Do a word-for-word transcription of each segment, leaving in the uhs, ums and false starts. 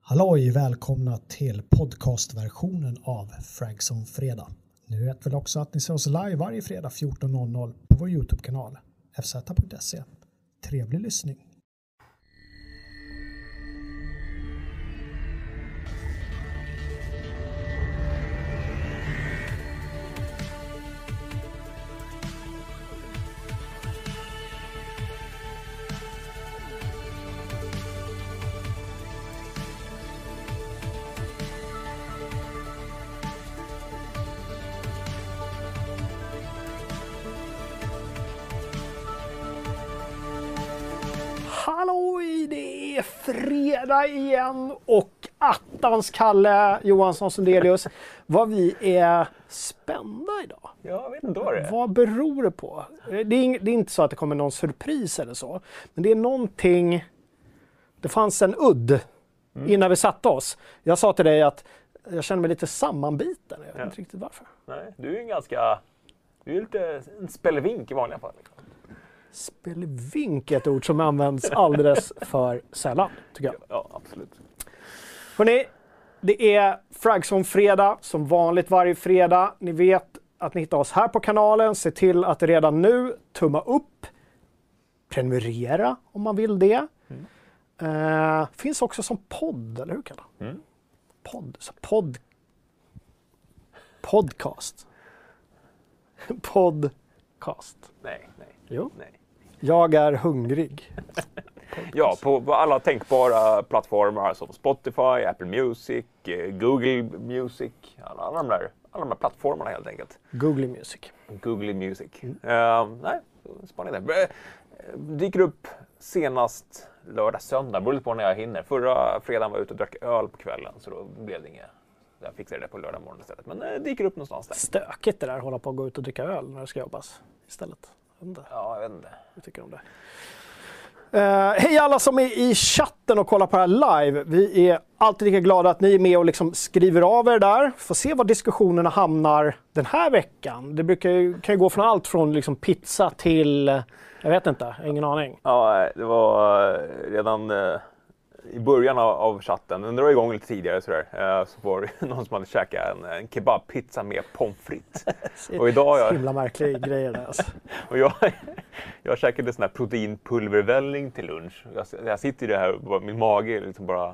Halloj, välkomna till podcastversionen av Frags on fredag. Nu vet väl också att ni ser oss live varje fredag fjorton noll noll på vår YouTube-kanal f z punkt se. Trevlig lyssning! Halloj, det är fredag igen och attans Kalle Johansson Sundelius. Vad vi är spända idag. Jag vet inte vad det är. Vad beror det på? Det är, det är inte så att det kommer någon surpris eller så. Men det är någonting... Det fanns en udd mm. innan vi satte oss. Jag sa till dig att jag känner mig lite sammanbiten. Jag vet ja. inte riktigt varför. Nej, du är en ganska... Du är lite en spelevink i vanliga fall. Spelevink är ett ord som används alldeles för sällan, tycker jag. Ja, absolut. Hörrni, det är Frags on fredag, som vanligt varje fredag. Ni vet att ni hittar oss här på kanalen. Se till att redan nu tumma upp, prenumerera om man vill det. Mm. Uh, finns också som podd, eller hur Kalle? Mm. Podd, så podd. Podcast. Podcast. Nej, nej. Jo. Nej. Jag är hungrig. Ja, på, på alla tänkbara plattformar som Spotify, Apple Music, Google Music, alla, alla, de där, alla de där plattformarna helt enkelt. Google Music. Google Music. Mm. Uh, nej, spännande. Dyker upp senast lördag, söndag, beror på när jag hinner. Förra fredagen var jag ute och drack öl på kvällen, så då blev det inget. Jag fixade det på lördag morgon istället. Men det dyker upp någonstans där. Stökigt det där, hålla på att gå ut och dricka öl när det ska jobbas istället. Jag vet inte. Ja, jag vet inte. Jag tycker om det. Uh, hej alla som är i chatten och kollar på det här live. Vi är alltid lika glada att ni är med och liksom skriver av er där. Får se var diskussionerna hamnar den här veckan. Det brukar ju, kan ju gå från allt från liksom pizza till... Jag vet inte, ingen aning. Ja, det var redan... Uh... I början av, av chatten, den drar igång lite tidigare sådär, eh, så får någon som hade käkat en, en kebabpizza med pommes frites. Och idag jag... himla märklig grejer där alltså. Och jag, jag käkade sån här proteinpulvervälling till lunch. Jag, jag sitter i det här, min mage är liksom bara...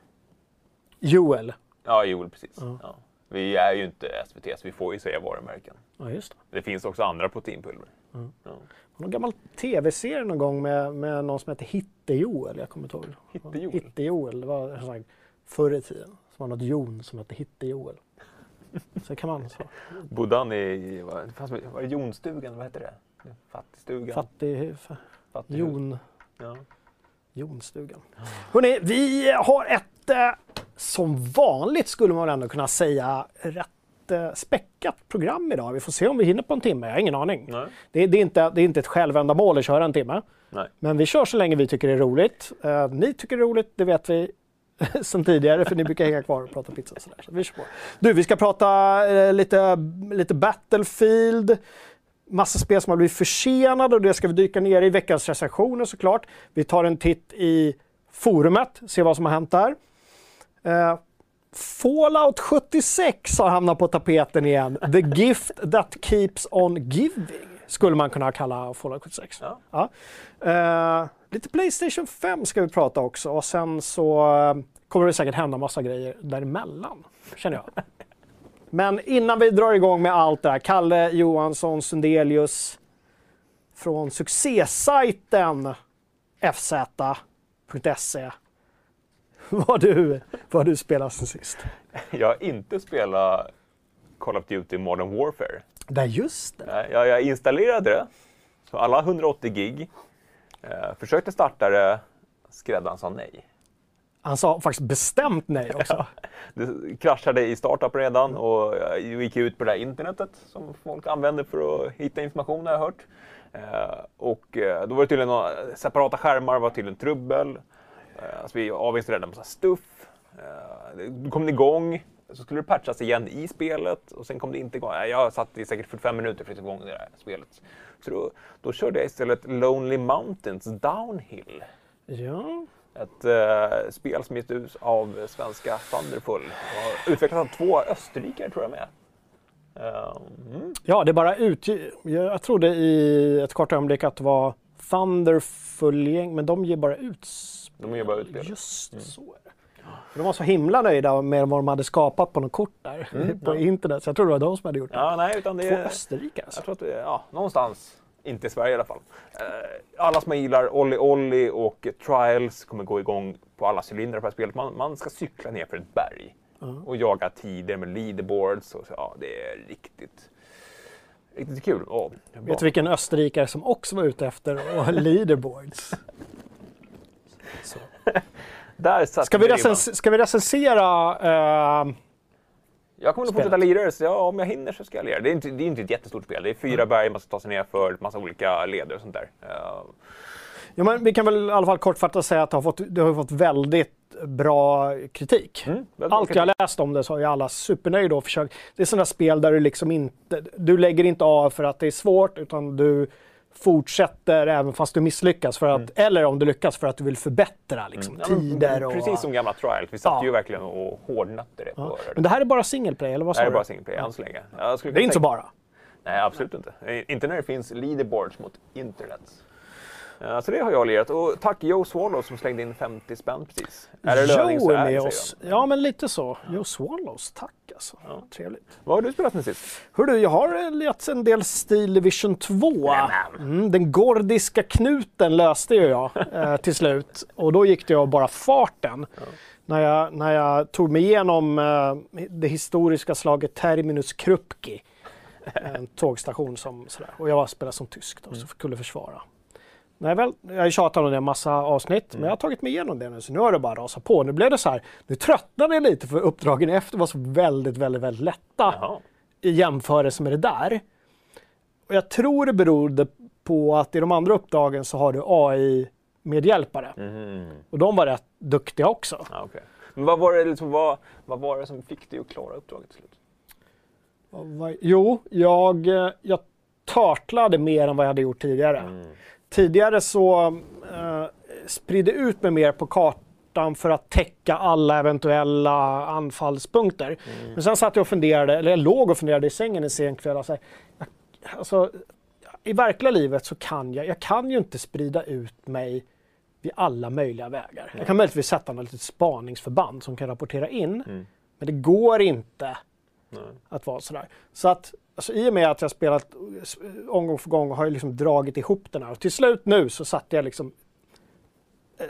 Joel. Ja, Joel, precis. Uh. Ja. Vi är ju inte S V T, så vi får ju säga varumärken. Ja, just det. Det finns också andra proteinpulver. Uh. Ja. Någon gammal tv-serie någon gång med, med någon som heter Hitte-Joel, jag kommer inte ihåg. Hitte-Joel? Hitte-Joel, det var en sån förr i tiden. Som var något Jon som hette Hitte-Joel. Så kan man så. Bodde han i, vad, var det Jonstugan, vad heter det? Fattigstugan? Fattig, fa, Fattig Jon. Ja. Jonstugan. Hörrni, vi har ett, eh, som vanligt skulle man ändå kunna säga, rätt späckat program idag. Vi får se om vi hinner på en timme. Jag har ingen aning. Nej. Det, det, är inte, det är inte ett självändamål att köra en timme. Nej. Men vi kör så länge vi tycker det är roligt. Uh, ni tycker det är roligt, det vet vi sedan tidigare, för ni brukar hänga kvar och prata pizza och sådär. Så vi kör på. Du, vi ska prata uh, lite, lite Battlefield. Massa spel som har blivit försenade och det ska vi dyka ner i veckans recensioner såklart. Vi tar en titt i forumet, ser vad som har hänt där. Uh, Fallout sjuttiosex har hamnat på tapeten igen. The gift that keeps on giving skulle man kunna kalla Fallout sjuttiosex. Ja. Ja. Uh, lite PlayStation fem ska vi prata också. Och sen så uh, kommer det säkert hända massa grejer däremellan, känner jag. Men innan vi drar igång med allt det här. Kalle Johansson Sundelius från succésajten f z punkt se. Vad du, vad du spelar sen sist? Jag har inte spelat Call of Duty Modern Warfare. Det är just det. Jag, jag installerade det. Så alla hundraåttio gig. Eh, försökte starta det. Skräddaren sa nej. Han sa faktiskt bestämt nej också. Det kraschade i startup redan och jag gick ut på det här internetet som folk använder för att hitta information, har jag hört. Eh, och då var det tydligen några separata skärmar, var tydligen trubbel. Alltså vi avinstallerade en massa stuff. Då kom det igång. Så skulle det patchas igen i spelet. Och sen kom det inte igång. Jag satt i säkert fyrtiofem minuter för att få igång det här spelet. Så då, då körde jag istället Lonely Mountains Downhill. Ja. Ett uh, spel som getts ut av svenska Thunderful. Och utvecklats av två österrikare tror jag med. Uh, mm. Ja, det är bara ut... Jag trodde i ett kort ögonblick att det var Thunderful-gäng, men de ger bara ut... De ger bara ut spel. Just mm. så är det. De var så himla nöjda med vad de hade skapat på något kort där mm, på ja. internet. Så jag tror det var de som hade gjort det. Ja, nej, utan det Två är... österrikare alltså. Jag tror att det är, ja, någonstans. Inte i Sverige i alla fall. Alla som gillar Olli Olli och Trials kommer gå igång på alla cylindrar på det här spelet. Man, man ska cykla ner för ett berg uh-huh. och jaga tider med leaderboards. Och så, ja, det är riktigt, riktigt kul. Oh, vet du vilken österrikare som också var ute efter och leaderboards? Så. Där ska, vi recens- ska vi recensera... Uh... Jag kommer att fortsätta lira, så ja, om jag hinner så ska jag lira. Det är inte, det är inte ett jättestort spel. Det är fyra mm. berg man ska ta sig ner för, massa olika leder och sånt där. Uh... Ja, men vi kan väl i alla fall kortfattat säga att det har fått, det har fått väldigt bra kritik. Mm, väldigt Allt kritik. Jag läst om det så är alla supernöjda och försökt. Det är sådana spel där du liksom inte, du lägger inte av för att det är svårt, utan du fortsätter även fast du misslyckas, för att, mm. eller om du lyckas för att du vill förbättra liksom, mm. tider. Och, precis som gamla Trials, vi satt ja. ju verkligen och hårdnötte det. Ja. Men det här är bara single play, eller vad sa du? Det här är bara single play, än så länge. Det är tänka... inte så bara. Nej, absolut inte. Inte när det finns leaderboards mot internet. Uh, så det har jag lirat. Och tack Joe Swallows som slängde in femtio spänn precis. Är det löning så är med oss. Ja, men lite så. Joe Swallows, tack alltså. Ja. Trevligt. Vad har du spelat med sist? Hördu, jag har lirat en del Steel Division två. Mm, den gordiska knuten löste ju jag eh, till slut. Och då gick det jag bara farten. Ja. När, jag, när jag tog mig igenom eh, det historiska slaget Terminus Krupki. En tågstation som sådär. Och jag var spelad som tysk då, mm. så skulle försvara. Nej, väl, jag har tjatat om det en massa avsnitt, mm. men jag har tagit mig igenom det nu, så nu har det bara rasat på. Nu blev det så här, nu tröttnade jag lite för uppdragen efter var så väldigt, väldigt, väldigt lätta Jaha. i jämförelse med det där. Och jag tror det berodde på att i de andra uppdragen så har du A I-medhjälpare. Mm. Och de var rätt duktiga också. Ja, okay. Men vad var, det liksom, vad, vad var det som fick dig att klara uppdraget till slut? Var, jo, jag, jag törtlade mer än vad jag hade gjort tidigare. Mm. Tidigare så eh, spridde ut mig mer på kartan för att täcka alla eventuella anfallspunkter. Mm. Men sen satt jag och funderade, eller jag låg och funderade i sängen en sen kväll. Alltså, jag, alltså, i verkliga livet så kan jag, jag kan ju inte sprida ut mig vid alla möjliga vägar. Mm. Jag kan möjligtvis sätta något litet spaningsförband som kan rapportera in. Mm. Men det går inte mm. att vara sådär. Så att alltså, i och med att jag spelat omgång för gång har jag liksom dragit ihop den här. Och till slut nu så satte jag liksom eh,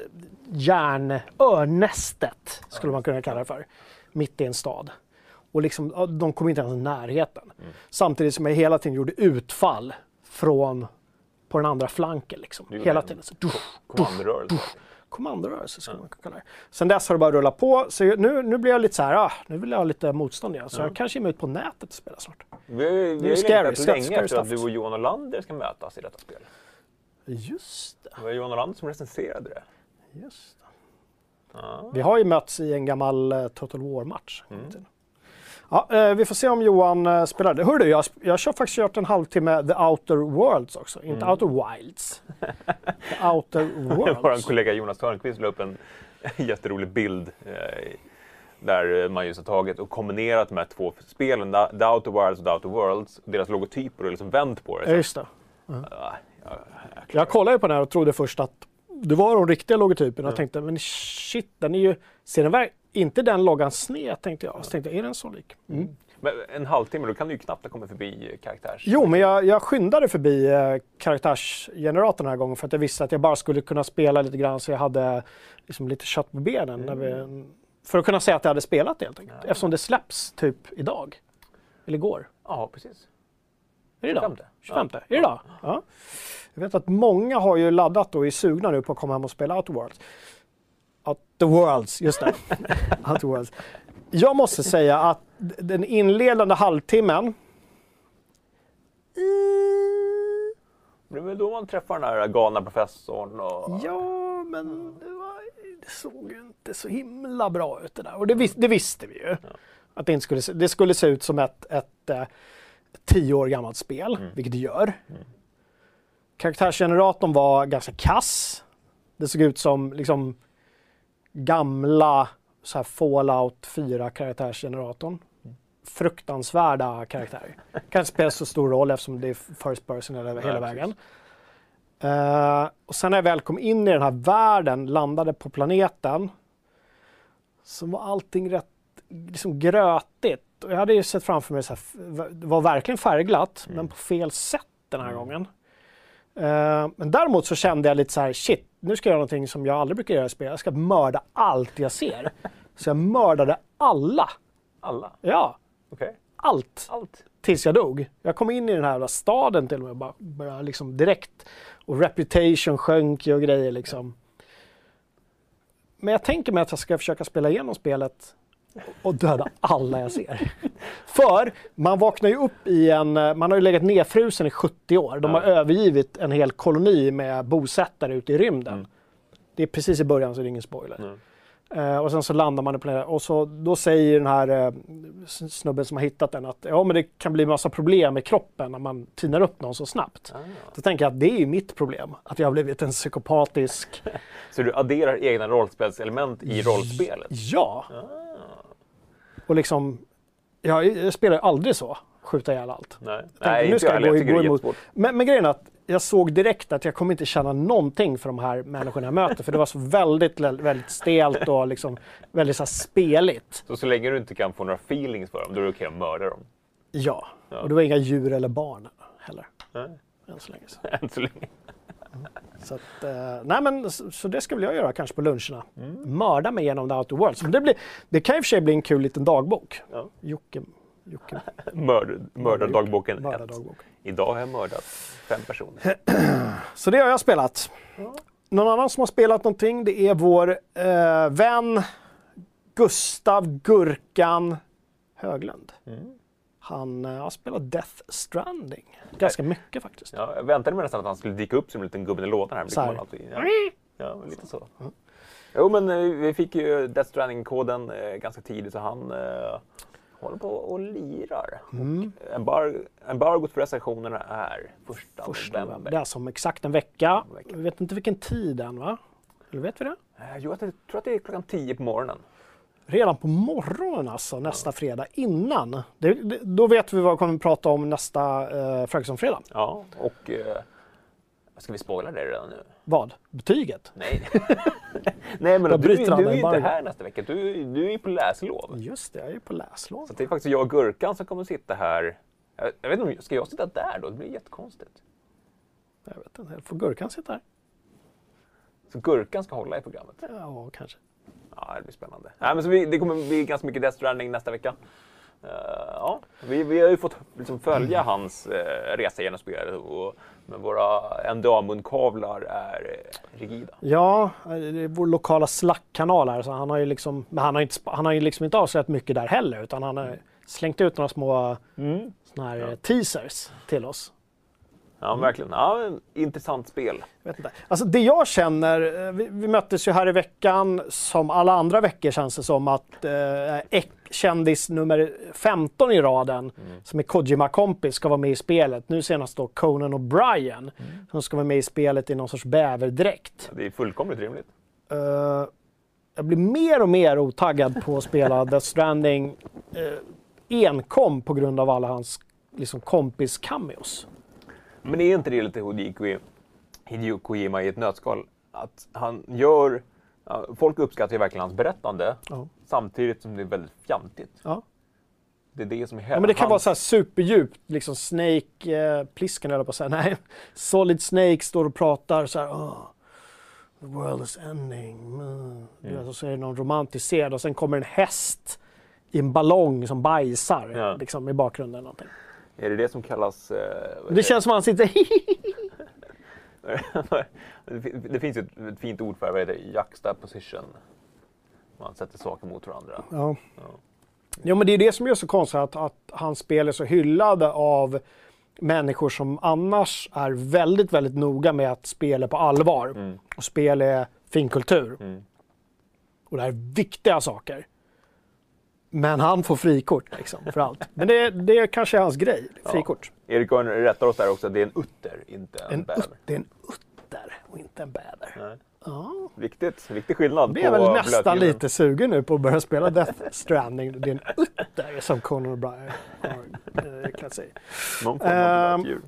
järnörnästet, skulle man kunna kalla det för, mitt i en stad. Och liksom, de kom inte ens i närheten. Mm. Samtidigt som jag hela tiden gjorde utfall från på den andra flanken. Liksom. Hela tiden. Så, dusch, kommandorörelse. Dusch, kommandorörelse skulle mm. man kunna kalla det. Sen dess har det bara rullat på. Så nu, nu blir jag lite så här, ah, nu vill jag ha lite motstånd igen. Så mm. jag kanske är med ut på nätet och spela snart. Vi, vi, vi har längtat länge efter att du och Johan Olander ska mötas i detta spel. Just det. Det var Johan Olander som recenserade det. Just det. Ah. Vi har ju mötts i en gammal uh, Total War-match. Mm. Ja, eh, vi får se om Johan eh, spelar det. Hör du, jag, jag har faktiskt kört en halvtimme The Outer Worlds också. Mm. Inte Outer Wilds. The Outer Worlds. Vår kollega Jonas Törnqvist la upp en jätterolig bild eh, där man just har tagit och kombinerat de här två spelen, The Outer Wilds och The Outer Worlds, och deras logotyper och liksom vänt på det. Så. Just det. Uh-huh. Ja, jag, jag, jag kollade ju på den här och trodde först att det var de riktiga logotyperna. Jag tänkte, men shit, den är ju, ser den väl, inte den loggan sned, tänkte jag. Så tänkte jag, är den så lik? Mm. Mm. Men en halvtimme, då kan du ju knappt ha kommit förbi karaktärs... Jo, men jag, jag skyndade förbi eh, karaktärsgeneratorn den här gången för att jag visste att jag bara skulle kunna spela lite grann så jag hade liksom, lite kött på benen. Mm. När vi, för att kunna säga att jag hade spelat helt enkelt. Ja. Eftersom det släpps typ idag. Eller igår. Ja, precis. Är det idag? tjugofemte. Ja. Är det idag? Ja. Jag vet att många har ju laddat och är sugna nu på att komma hem och spela Outer Worlds. Outer Worlds, just det. Outer Worlds. Jag måste säga att den inledande halvtimmen... Det är väl då man träffar den här galna professorn och... Ja, men det, var, det såg ju inte så himla bra ut det där. Och det, vis, det visste vi ju. Ja. Att det, inte skulle, det skulle se ut som ett, ett, ett tio år gammalt spel, mm. vilket det gör. Mm. Karaktärsgeneratorn var ganska kass. Det såg ut som liksom gamla så här Fallout fyra-karaktärsgeneratorn. Fruktansvärda karaktärer. Kan inte spela så stor roll eftersom det är first person hela, hela Nej, vägen. Uh, och sen när jag väl kom in i den här världen, landade på planeten, så var allting rätt liksom grötigt. Och jag hade ju sett framför mig så här, det var verkligen färgglatt, mm. men på fel sätt den här mm. gången. Uh, men däremot så kände jag lite så här, shit, nu ska jag göra någonting som jag aldrig brukar göra i spel. Jag ska mörda allt jag ser. Så jag mördade alla. Alla? Ja. Okay. Allt. Allt. Tills jag dog. Jag kom in i den här staden till och med, bara, bara liksom direkt. Och reputation sjönk och grejer liksom. Men jag tänker mig att jag ska försöka spela igenom spelet och döda alla jag ser. För man vaknar ju upp i en, man har ju legat nedfrusen i sjuttio år. De har ja. övergivit en hel koloni med bosättare ute i rymden. Mm. Det är precis i början, så det är ingen spoiler. Mm. Uh, och sen så landar man i planeten och så då säger den här uh, snubben som har hittat den att ja, men det kan bli massa problem med kroppen när man tinar upp någon så snabbt. Ah, ja. Då tänker jag att det är ju mitt problem, att jag har blivit en psykopatisk... Så du adderar egna rollspelselement i rollspelet? Ja! Ah. Och liksom, ja, jag spelar aldrig så, skjuta ihjäl allt. Nej, tänkte, Nej nu inte ska jag, jag gå, gå emot. Men, men grejen är att jag såg direkt att jag kommer inte känna någonting för de här människorna jag möter. För det var så väldigt, väldigt stelt och liksom väldigt så här speligt. Så så länge du inte kan få några feelings för dem, då är det okej att mörda dem? Ja, ja. Och det var inga djur eller barn heller. Nej. Än så länge. Så. Än så länge. Mm. Så, att, eh, nej men, så, så det ska väl jag göra kanske på luncherna. Mm. Mörda mig genom The Outer Worlds. Det, blir, det kan i och för sig bli en kul liten dagbok. Ja. Jocke. Jocke. Mörd, mördardagboken Mördardagbok. Idag har jag mördat fem personer. Så det har jag spelat. Ja. Någon annan som har spelat någonting, det är vår eh, vän Gustav Gurkan Höglund. Mm. Han eh, har spelat Death Stranding. Ganska Nej. mycket faktiskt. Ja, jag väntade mig nästan att han skulle dyka upp som en liten gubben i lådan här. Men man alltid, ja. ja, men lite så. Mm. Jo, men eh, vi fick ju Death Stranding-koden eh, ganska tidigt, så han... Eh, håller på och lirar. Mm. Embar- embargot för recensionerna är första, första november. Det är som exakt en vecka. En vecka. Vi vet inte vilken tid än, va? Eller vet vi det? Eh, jo, jag tror att det är klockan tio på morgonen. Redan på morgonen alltså, nästa ja. fredag innan. Det, det, då vet vi vad vi kommer att prata om nästa eh, Ferguson-fredag. Ja, och eh, ska vi spoila det redan nu? Vad? Betyget? Nej. Nej, men du, du, du är inte här nästa vecka. Du, du är på läslov. Just det, jag är på läslov. Så det är faktiskt jag och Gurkan som kommer att sitta här. Jag, jag vet inte, ska jag sitta där då? Det blir jättekonstigt. Jag vet inte, får Gurkan sitta här? Så Gurkan ska hålla i programmet? Ja, kanske. Ja, det blir spännande. Nej, men så vi, det kommer bli ganska mycket Death Stranding nästa vecka. Uh, ja, vi, vi har ju fått liksom följa hans uh, resa genom spelet, och men våra N D A-munkavlar är uh, rigida. Ja, det är vår lokala Slack-kanal här, så han har ju liksom, men han har inte, han har ju liksom inte avslöjat mycket där heller, utan han har mm. slängt ut några små mm. såna här ja. teasers till oss. Ja, verkligen. Ja, intressant spel. Jag vet inte. Alltså det jag känner, vi, vi möttes ju här i veckan, som alla andra veckor känns det som att eh, kändis nummer femton i raden, mm. som är Kojima-kompis, ska vara med i spelet. Nu senast då Conan O'Brien, mm. som ska vara med i spelet i någon sorts bäverdräkt. Ja, det är fullkomligt rimligt. Uh, jag blir mer och mer otaggad på att spela Death Stranding uh, enkom på grund av alla hans liksom, kompis-cameos. Men är inte det lite Hideo, Hideo Kojima i ett nötskal? Att han gör... Ja, folk uppskattar ju verkligen hans berättande, ja. samtidigt som det är väldigt fjantigt. Ja. Det är det som är hela ja, men det kan hans... vara så här superdjupt, liksom Snake, eh, pliskan eller på att säga, nej, Solid Snake står och pratar så här, oh, the world is ending. Mm. Mm. Och så är det någon romantisk scen och sen kommer en häst i en ballong som bajsar ja. liksom, i bakgrunden eller någonting. Är det det som kallas... Eh, det känns som att han sitter... det finns ett, ett fint ord för det, juxtaposition. Man sätter saker mot varandra. Ja. Ja. Ja, men det är det som gör så konstigt, att, att hans spel är så hyllade av människor som annars är väldigt, väldigt noga med att spela på allvar. Mm. Och spel är finkultur. Mm. Och det här är viktiga saker. Men han får frikort liksom, för allt. Men det, det är kanske hans grej, frikort. Ja. Erik rättar oss där också, det är en utter, inte en, en bäver. Ut, det är en utter och inte en bäver. Nej. Ja. Viktigt, viktig skillnad. Det är väl nästan blötdjuren. lite sugen nu på att börja spela Death Stranding. Det är en utter som Conan O'Brien har äh, klätt sig. Någon form av blötdjur.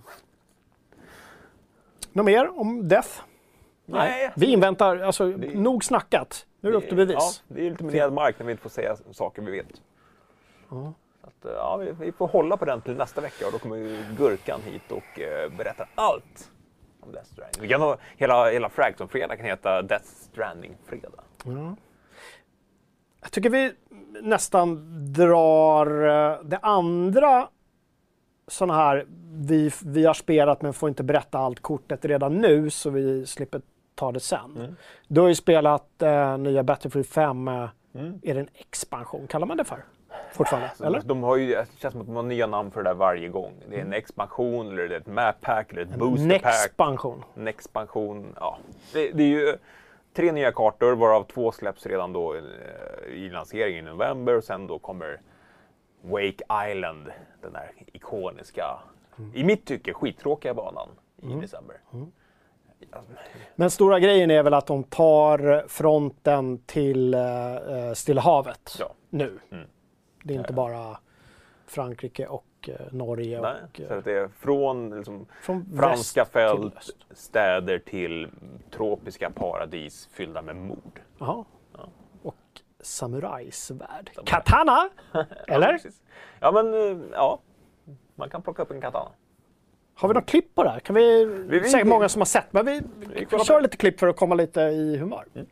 Något mer om Death? Nej. Nej. Vi inväntar, alltså Det- nog snackat. Nu är det upp till Ja, bevis. det är lite minerad mark när vi inte får säga saker vi vet. Ja. Så att, ja, vi, vi får hålla på den till nästa vecka och då kommer ju Gurkan hit och eh, berätta allt om Death Stranding. Vi kan ha, hela, hela Fragzone-fredag kan heta Death Stranding-fredag. Ja. Jag tycker vi nästan drar eh, det andra sådana här, vi, vi har spelat men får inte berätta allt kortet redan nu så vi slipper ta det sen. Mm. Du har ju spelat eh, nya Battlefield fem, eh, Mm. är det en expansion, kallar man det för? Fortfarande, Så eller? De har ju, det känns som att de har nya namn för det där varje gång. Det är en expansion, eller det är ett map pack, eller ett booster pack. Nexpansion. En expansion, ja. Det, det är ju tre nya kartor, varav två släpps redan då eh, i lanseringen i november. Och sen då kommer Wake Island, den där ikoniska, Mm. i mitt tycke, skittråkiga banan i december. Ja, Men stora grejen är väl att de tar fronten till eh, Stilla havet Ja. nu. Mm. Det är inte bara Frankrike och eh, Norge nej, och så eh, att det är från liksom, från franska väst till fält, öst. städer till tropiska paradis fyllda med mord. Jaha. Ja. Och samurajsvärd. Samurai. Katana! Eller? Precis. Ja, men eh, ja, man kan plocka upp en katana. Har vi något klipp på det här? Kan vi, Vi- vi- säkert många som har sett, men vi, vi, kollar vi på kör det. lite klipp för att komma lite i humör. Mm.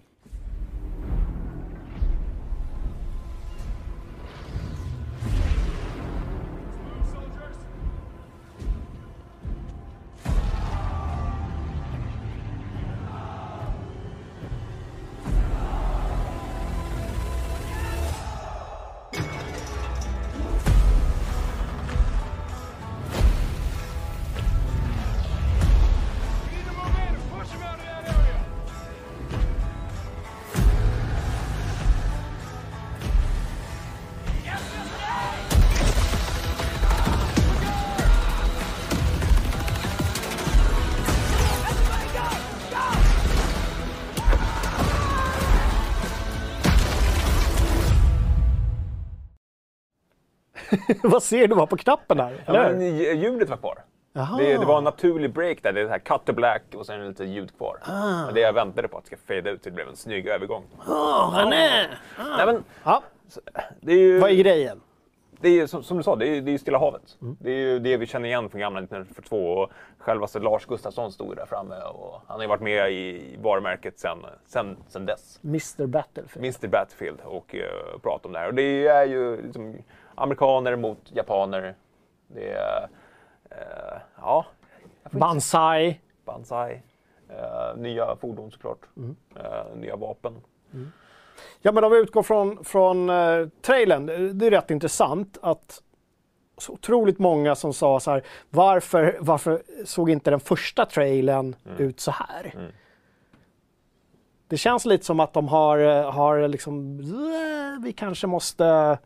Vad ser du var på knappen här? Ja, Eller? men lj- ljudet var kvar. Jaha. Det, det var en naturlig break där, det är det här cut to black och sen lite ljud kvar. Ah. Men det jag väntade på att det ska fade ut, det blev en snygg övergång. Åh, han är... Nej, men, Ja, det är ju, vad är grejen? det är, ju- som, som du sa, det är, det är ju Stilla havet. Mm. Det är ju det vi känner igen från gamla nittonhundrafyrtiotvå och självaste Lars Gustafsson stod där framme och han har ju varit med i varumärket sen, sen, sen dess. mister Battlefield. mister Battlefield och uh, prata om det här. Och det är ju liksom amerikaner mot japaner. Det är, uh, ja, Banzai. Banzai. Uh, nya fordon såklart. Mm. Uh, nya vapen. Ja, men om vi utgår från, från uh, trailern, det är rätt intressant att så otroligt många som sa så här, varför, varför såg inte den första trailern Mm. ut så här? Mm. Det känns lite som att de har, eh, har liksom, "Äh, vi kanske måste...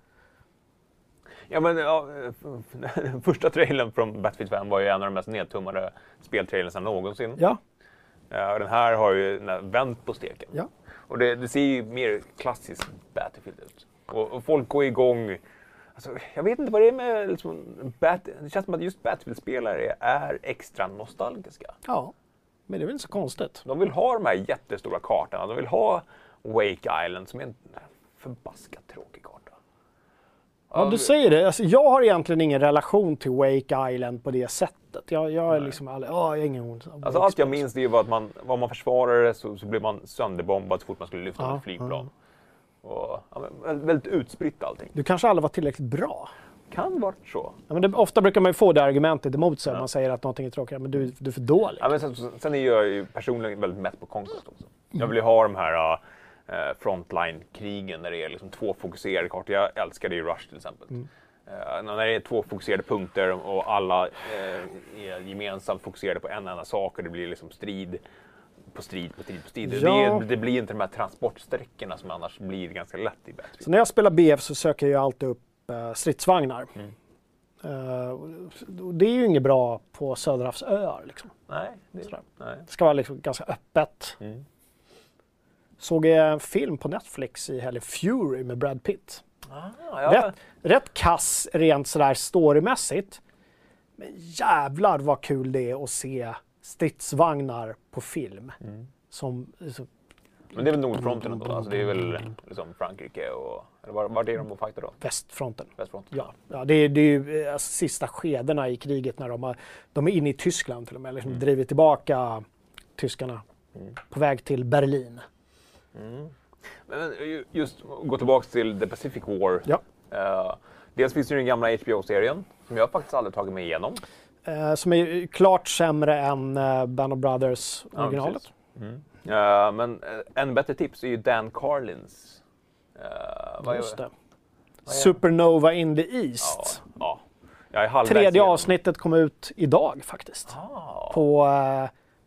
Ja, men ja, den första trailern från Battlefield fem var ju en av de mest nedtummade speltrailerna någonsin. Ja, Ja, och den här har ju den här vänt på steken. ja. Och det, det ser ju mer klassiskt Battlefield ut. Och, och folk går igång. Alltså, jag vet inte vad det är med liksom, Bat- det känns som att just Battlefield-spelare är extra nostalgiska. Ja, men det är väl inte så konstigt. De vill ha de här jättestora kartorna. De vill ha Wake Island som är en förbaskat tråkig karta. Ja, du säger det. Alltså, jag har egentligen ingen relation till Wake Island på det sättet. Jag, jag är liksom aldrig, ja, jag har ingen ont. Alltså, allt jag minns det är ju att man, var man försvarare så, så blev man sönderbombad så fort man skulle lyfta Ja, ett flygplan. Och, ja, men, väldigt utspritt allting. Du kanske aldrig var tillräckligt bra. Kan vara så. Ja, men det, ofta brukar man ju få det argumentet emot sig. Ja. Man säger att någonting är tråkigt, men du, du är för dålig. Ja, men sen, sen är jag ju personligen väldigt mätt på Conquest också. Jag vill ju ha de här uh, frontline-krigen när det är liksom två fokuserade kartor. Jag älskade ju Rush till exempel. Mm. Uh, när det är två fokuserade punkter och alla uh, är gemensamt fokuserade på en enda sak och det blir liksom strid på strid på strid på strid. Ja. Det, är, det blir inte de här transportsträckorna som annars blir ganska lätt i Battlefield. Så när jag spelar B F så söker jag alltid upp uh, stridsvagnar. Mm. Uh, och det är ju inget bra på Söderhavsöar. Liksom. Nej, det, Sådär. nej. Det ska vara liksom ganska öppet. Mm. såg jag en film på Netflix i helgen, Fury med Brad Pitt. Ah, ja. Rätt, rätt kass rent sådär storymässigt. Men jävlar vad kul det är att se stridsvagnar på film. Mm. Som, så, Men det är väl Nordfronten då? Alltså det är väl liksom Frankrike och... Eller var, var är de och fightar då? Västfronten. Västfronten. Ja, ja det, är, det är ju alltså, sista skedena i kriget när de, har, de är inne i Tyskland till och med. Liksom mm. drivit tillbaka tyskarna mm. på väg till Berlin. Mm. Men just gå tillbaka till The Pacific War. Ja. Uh, dels finns det ju den gamla H B O-serien som jag faktiskt aldrig tagit mig igenom. Uh, som är klart sämre än uh, Band of Brothers originalet. Ja, mm. uh, men uh, en bättre tips är ju Dan Carlins. Uh, vad just är, det. Vad Supernova in the East. Ja, ja. Jag är Tredje igenom. avsnittet kom ut idag faktiskt. Ah. På... Uh,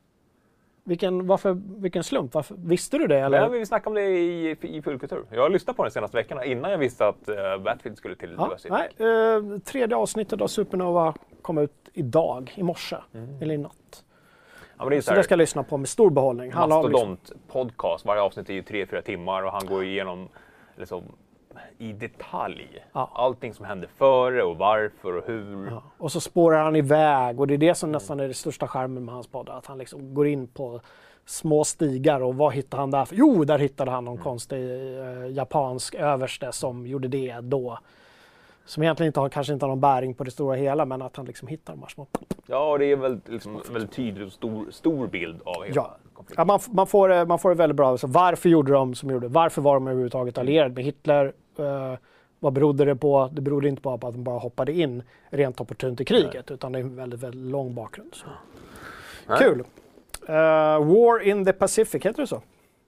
Vilken, varför, vilken slump? Varför, visste du det? Eller? Ja, vi snackade om det i, i Fullkultur. Jag har lyssnat på den senaste veckorna innan jag visste att uh, Battlefield skulle till ja, nej, uh, Tredje avsnittet av Supernova kom ut idag, i morse, mm. eller i natt. Ja, men det är så, så här, det ska jag lyssna på med stor behållning. Mastodont-podcast, varje avsnitt är ju tre, fyra timmar och han går igenom liksom, i detalj ja. allting som hände före och varför och hur. Ja. Och så spårar han iväg och det är det som nästan är det största charmen med hans podd. Att han liksom går in på små stigar och vad hittar han där? Jo, där hittade han någon mm. konstig eh, japansk överste som gjorde det då. Som egentligen inte har, kanske inte har någon bäring på det stora hela, men att han liksom hittar de här små... Ja, och det är väl liksom, väldigt tydlig och stor, stor bild av hela ja. konflikten. Ja, man, man, får, man får det väldigt bra. Alltså, varför gjorde de som gjorde? Varför var de överhuvudtaget allierade med Hitler? Uh, vad berodde det på? Det berodde inte bara på att de bara hoppade in rent opportunt i kriget, Nej. utan det är en väldigt, väldigt lång bakgrund. Så. Kul! Uh, War in the Pacific, heter det så?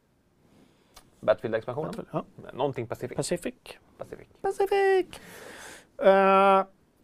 Battlefield-expansionen? Ja. Någonting Pacific. Pacific. Pacific. Pacific. Uh,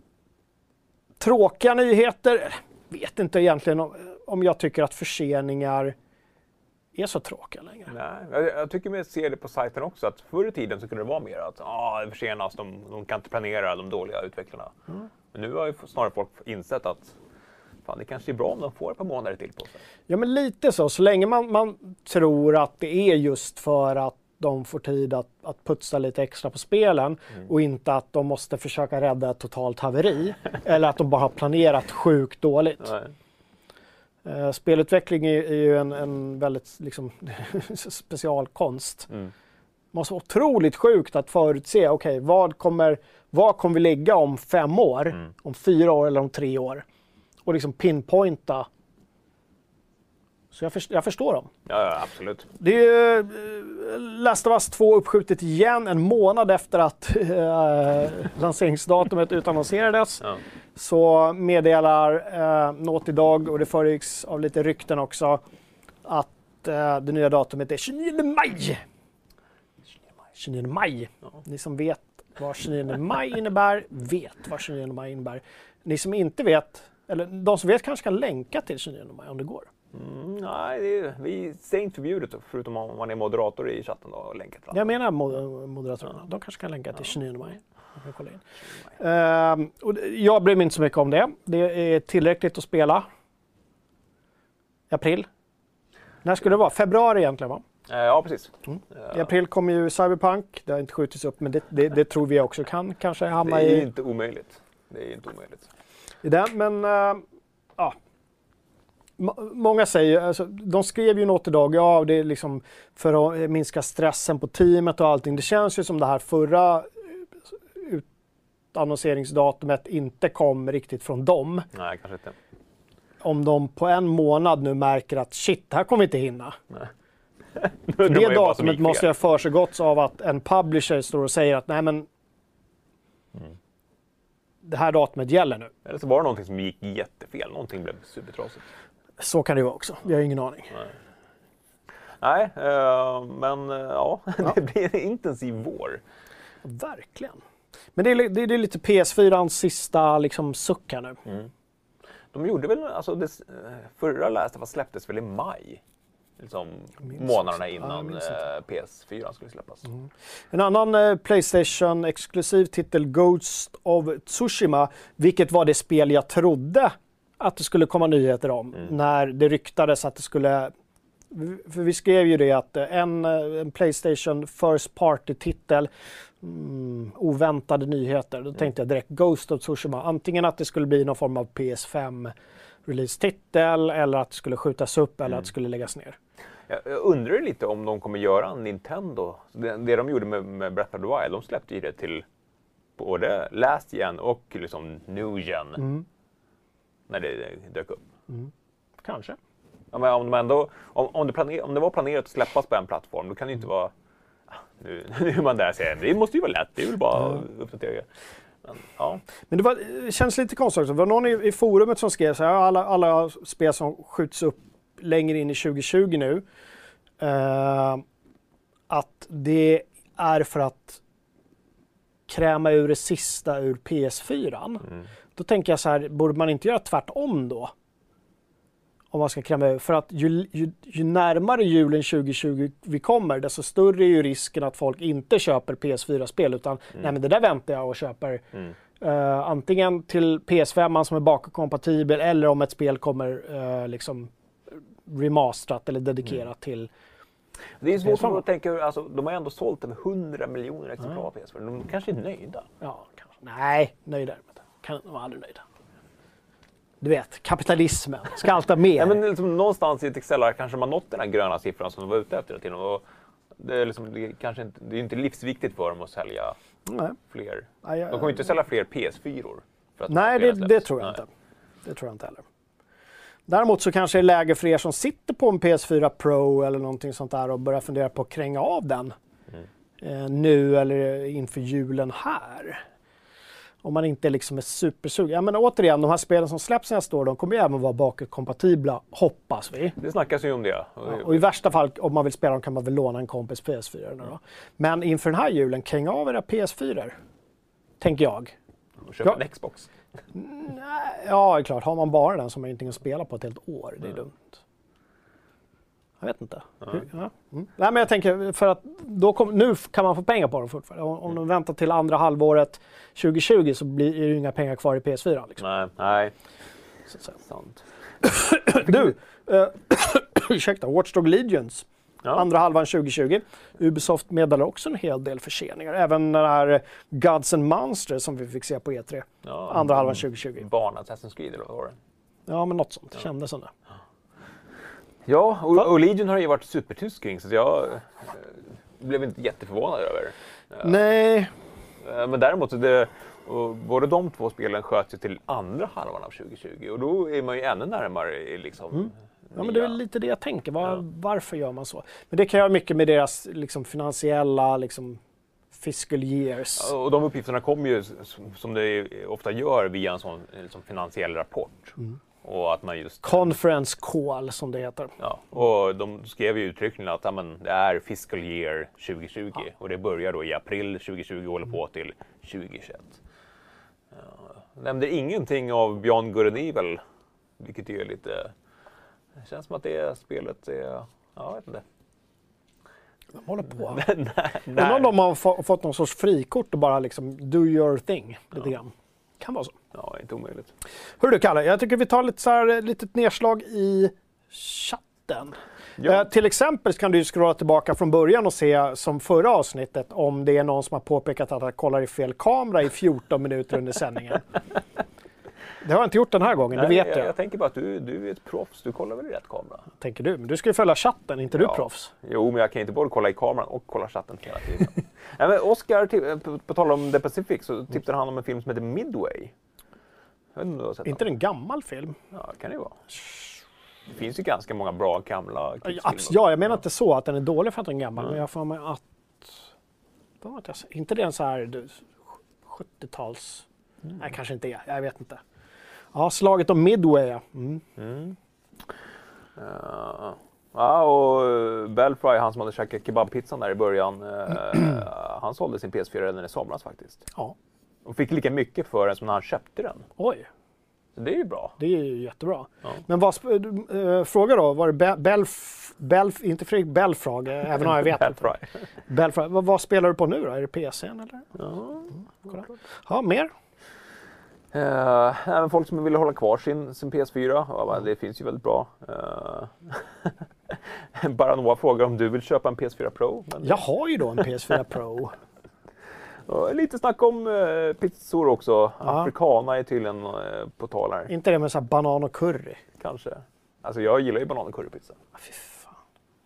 tråkiga nyheter. Vet inte egentligen om, om jag tycker att förseningar är så tråkiga längre. Nej, jag, jag tycker mig se det på sajten också att förr i tiden så kunde det vara mer att ah, det försenas, de, de kan inte planera, de dåliga utvecklarna. Mm. Men nu har ju snarare folk insett att fan, det kanske är bra om de får ett par månader till på sig. Ja, men lite så. Så länge man, man tror att det är just för att de får tid att, att putsa lite extra på spelen mm. och inte att de måste försöka rädda ett totalt haveri eller att de bara har planerat sjukt dåligt. Uh, spelutveckling är, är ju en, en väldigt liksom, specialkonst. Mm. Det måste vara otroligt sjukt att förutse, okej, okay, vad kommer, vad kommer vi ligga om fem år, mm. om fyra år eller om tre år? Och liksom pinpointa. Så jag, förstår, jag förstår dem. Ja, ja, absolut. Det är ju äh, Last of Us två uppskjutet igen en månad efter att äh, lanseringsdatumet utannonserades. Ja. Så meddelar äh, Naughty Dog, och det föregicks av lite rykten också, att äh, det nya datumet är tjugonionde maj. tjugonionde maj. Ja. Ni som vet vad tjugonionde maj innebär, vet vad tjugonionde maj innebär. Ni som inte vet, eller de som vet kanske kan länka till tjugonionde maj om det går. Mm, nej, det är, vi säger inte förbjudet förutom om man är moderator i chatten då, och länka till. Jag menar mod- moderatorerna. Ja. De kanske kan länka till tjugonionde maj. Jag, kolla in. Uh, och jag bryr mig inte så mycket om det. Det är tillräckligt att spela. April. När skulle det vara? Februari egentligen, va? Uh, ja, precis. Mm. Uh. I april kommer ju Cyberpunk. Det har inte skjutits upp, men det, det, det tror vi också kan kanske hamna i... Det är i... inte omöjligt. Det är inte omöjligt. I den, men... Uh, ja. Många säger, alltså, de skrev ju något idag, ja, det är liksom för att minska stressen på teamet och allting. Det känns ju som det här förra utannonseringsdatumet inte kom riktigt från dem. Nej, kanske inte. Om de på en månad nu märker att shit, det här kommer vi inte hinna. Nej. Det datumet måste ha försegåtts av att en publisher står och säger att nej men mm. det här datumet gäller nu. Eller så var det någonting som gick jättefel, någonting blev supertrasigt. Så kan det ju vara också, vi har ingen aning. Nej, Nej uh, men uh, ja, ja, det blir en intensiv vår. Verkligen. Men det är, det är, det är lite P S fyrans sista liksom, suck här nu. Mm. De gjorde väl, alltså det, förra läste vad släpptes väl i maj? Liksom månaderna innan ja, P S fyra skulle släppas. Mm. En annan eh, PlayStation-exklusiv titel, Ghost of Tsushima, vilket var det spel jag trodde att det skulle komma nyheter om. Mm. När det ryktades att det skulle För vi skrev ju det att en, en PlayStation First Party-titel, mm, oväntade nyheter. Då tänkte jag direkt Ghost of Tsushima. Antingen att det skulle bli någon form av P S fem release-titel eller att det skulle skjutas upp eller mm. att det skulle läggas ner. Jag undrar lite om de kommer göra en Nintendo. Det, det de gjorde med, med Breath of the Wild, de släppte ju det till både last gen och liksom new gen. Mm. När det, det dök upp. Mm. Kanske. Ja, men om, de ändå, om, om, det planer, om det var planerat att släppas på en plattform, då kan det ju inte vara... Nu, nu är man där och säger, det måste ju vara lätt, det är väl bara att uppdatera. Men, ja. Men det, var, det känns lite konstigt också. Det var någon i, i forumet som skrev så här, alla, alla spel som skjuts upp längre in i tjugo tjugo nu, eh, att det är för att kräma ur det sista ur P S fyra. Mm. Då tänker jag så här, borde man inte göra tvärtom då? Om man ska kräma ur. För att ju, ju, ju närmare julen tjugo tjugo vi kommer, desto större är ju risken att folk inte köper P S fyra-spel, utan mm. nej men det där väntar jag och köper. Mm. Uh, antingen till P S fem som är bakåtkompatibel, eller om ett spel kommer uh, liksom remasterat eller dedikerat mm. till. Det är svårt att tänka, alltså, de har ändå sålt över hundra miljoner exemplar av P S fyra. De kanske är nöjda. Ja, kanske. Nej, nöjda. Kan, de är aldrig nöjda. Du vet, kapitalismen ska alltid ha mer. Ja, men liksom, någonstans i ett Excel kanske man nått den här gröna siffran som de var ute efter. Till och det är, liksom, det är kanske inte, det är inte livsviktigt för dem att sälja Nej. fler. Nej, jag, de kommer inte sälja fler P S fyra. För att nej, det, det tror jag Nej. inte. Det tror jag inte heller. Däremot så kanske det är läge för er som sitter på en P S fyra Pro eller någonting sånt där och börjar fundera på att kränga av den mm. eh, nu eller inför julen här. Om man inte liksom är supersug. Ja, men återigen, de här spelen som släpps nästa år, de kommer ju även vara bakåtkompatibla, hoppas vi. Det snackas ju om det. Ja, och i värsta fall, om man vill spela dem, kan man väl låna en kompis P S fyra. Mm. Då. Men inför den här julen, kränga av era P S fyra, tänker jag. Och köpa ja. en Xbox. Nej, ja, det är klart. Har man bara den så har man ingenting att spela på ett helt år. Det är mm. dumt. Jag vet inte. Mm. Hur, ja. mm. Nej, men jag tänker, för att då kom, nu kan man få pengar på dem fortfarande. Om, om mm. de väntar till andra halvåret tjugo tjugo så blir det ju inga pengar kvar i P S fyra. Liksom. Nej, nej. Så, så. Sant. Du, uh, ursäkta, Watch Dogs Legions. Ja. Andra halvan tjugo tjugo. Ubisoft meddelar också en hel del förseningar. Även den här Gods and Monsters som vi fick se på E tre. Ja, andra halvan tjugo tjugo. Barn Assassin's Creed eller vad var det? Ja, men något sånt. Det ja. kändes som det. Ja, och, och Legion har ju varit supertysk kring, så jag eh, blev inte jätteförvånad över. Ja. Nej. Men däremot, det, och både de två spelen sköts ju till andra halvan av tjugo tjugo. Och då är man ju ännu närmare liksom... Mm. Ja, men det är lite det jag tänker. Var, ja. Varför gör man så? Men det kan ju ha mycket med deras liksom, finansiella liksom, fiscal years. Ja, och de uppgifterna kommer ju, som det ofta gör, via en sån liksom, finansiell rapport. Mm. Och att man just... Conference call, som det heter. Ja, och de skrev ju uttryckligen att ja, men, det är fiscal year tjugo tjugo. Ja. Och det börjar då i april tjugo tjugo och håller på till tjugo tjugoett. Ja, nämnde ingenting av Beyond Good and Evil, vilket är lite... Det känns som att det spelet är... Ja, jag vet inte. De håller på. Men om de har få, fått någon sorts frikort och bara liksom do your thing lite ja. grann. Kan vara så. Ja, inte omöjligt. Hur du Kalle, jag tycker vi tar lite så här litet nedslag i chatten. Ja. Eh, till exempel kan du scrolla tillbaka från början och se som förra avsnittet om det är någon som har påpekat att han kollar i fel kamera i fjorton minuter under sändningen. Det har jag inte gjort den här gången, Nej, det vet jag. jag. Jag tänker bara att du, du är ett proffs, du kollar väl i rätt kamera? Tänker du, men du ska ju följa chatten, inte ja. du proffs? Jo, men jag kan inte både kolla i kameran och kolla chatten hela tiden. Nej, men Oscar, på, på tal om The Pacific, så tipsade han om en film som heter Midway. Jag vet inte, om du inte det en gammal film? Ja, kan det vara. Det finns ju ganska många bra gamla krigsfilmer. Ja, jag menar inte så att den är dålig för att den är gammal, mm. men jag får mig att... Vad vet jag, inte det en så här du, sjuttio-tals... Mm. Nej, kanske inte är, jag vet inte. Ja, slaget om Midway, ja. Mm. Mm. Uh, ja, och Belfry, han som hade käkat kebabpizzan där i början, uh, han sålde sin P S fyra redan i somras faktiskt. Ja. Och fick lika mycket för den som när han köpte den. Oj. Så det är ju bra. Det är ju jättebra. Ja. Men vad, äh, fråga då, var det Be- Belf, Belf, inte Fredrik Belfrag, även om jag vet Belfry. inte. Belfry. Vad, vad spelar du på nu då? Är det P C:n eller? Ja. Mm, kolla. Ja, mer? Uh, även folk som vill hålla kvar sin, sin P S fyra, ja, det finns ju väldigt bra. Uh, Bara några frågor om du vill köpa en P S fyra Pro. Men... Jag har ju då en P S fyra Pro. Och lite snack om eh, pizzor också. Ja. Africana är tydligen eh, på tal här. Inte det med så här banan och curry? Kanske. Alltså jag gillar ju banan och currypizza. Ah, fy fan.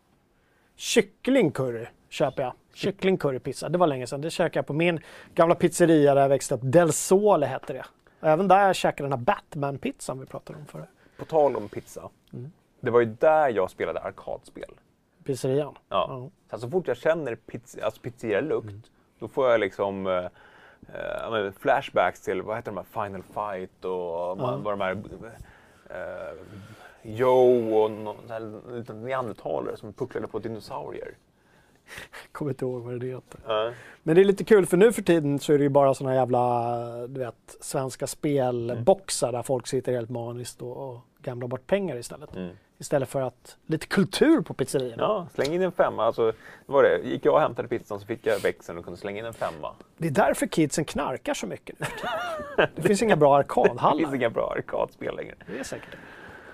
Kycklingcurry köper jag. Kycklingcurrypizza. Det var länge sedan. Det käkade jag på min gamla pizzeria där jag växte upp. Del Sole hette det. Även där jag käkade den här Batman-pizzan vi pratade om förut. På tal om pizza. Mm. Det var ju där jag spelade arkadspel. Pizzerian? Ja. Ja. Så, så fort jag känner pizza, alltså pizzeria-lukt, mm. då får jag liksom eh, eh, flashbacks till, vad heter de här, Final Fight och man, vad de här eh, Joe och någon liten neandertalare som pucklade på dinosaurier. Kommer inte ihåg vad det heter. Mm. Men det är lite kul för nu för tiden så är det ju bara såna jävla, du vet, svenska spelboxar mm. där folk sitter helt maniskt och, och gamlar bort pengar istället. Mm. Istället för att lite kultur på pizzerierna. Ja, släng in en femma. Alltså, var det? Gick jag och hämtade pizzan så fick jag växeln och kunde slänga in en femma. Det är därför kidsen knarkar så mycket nu. Det finns inga bra arkadhallar. Det finns inga bra arkadspel längre. Det är säkert det.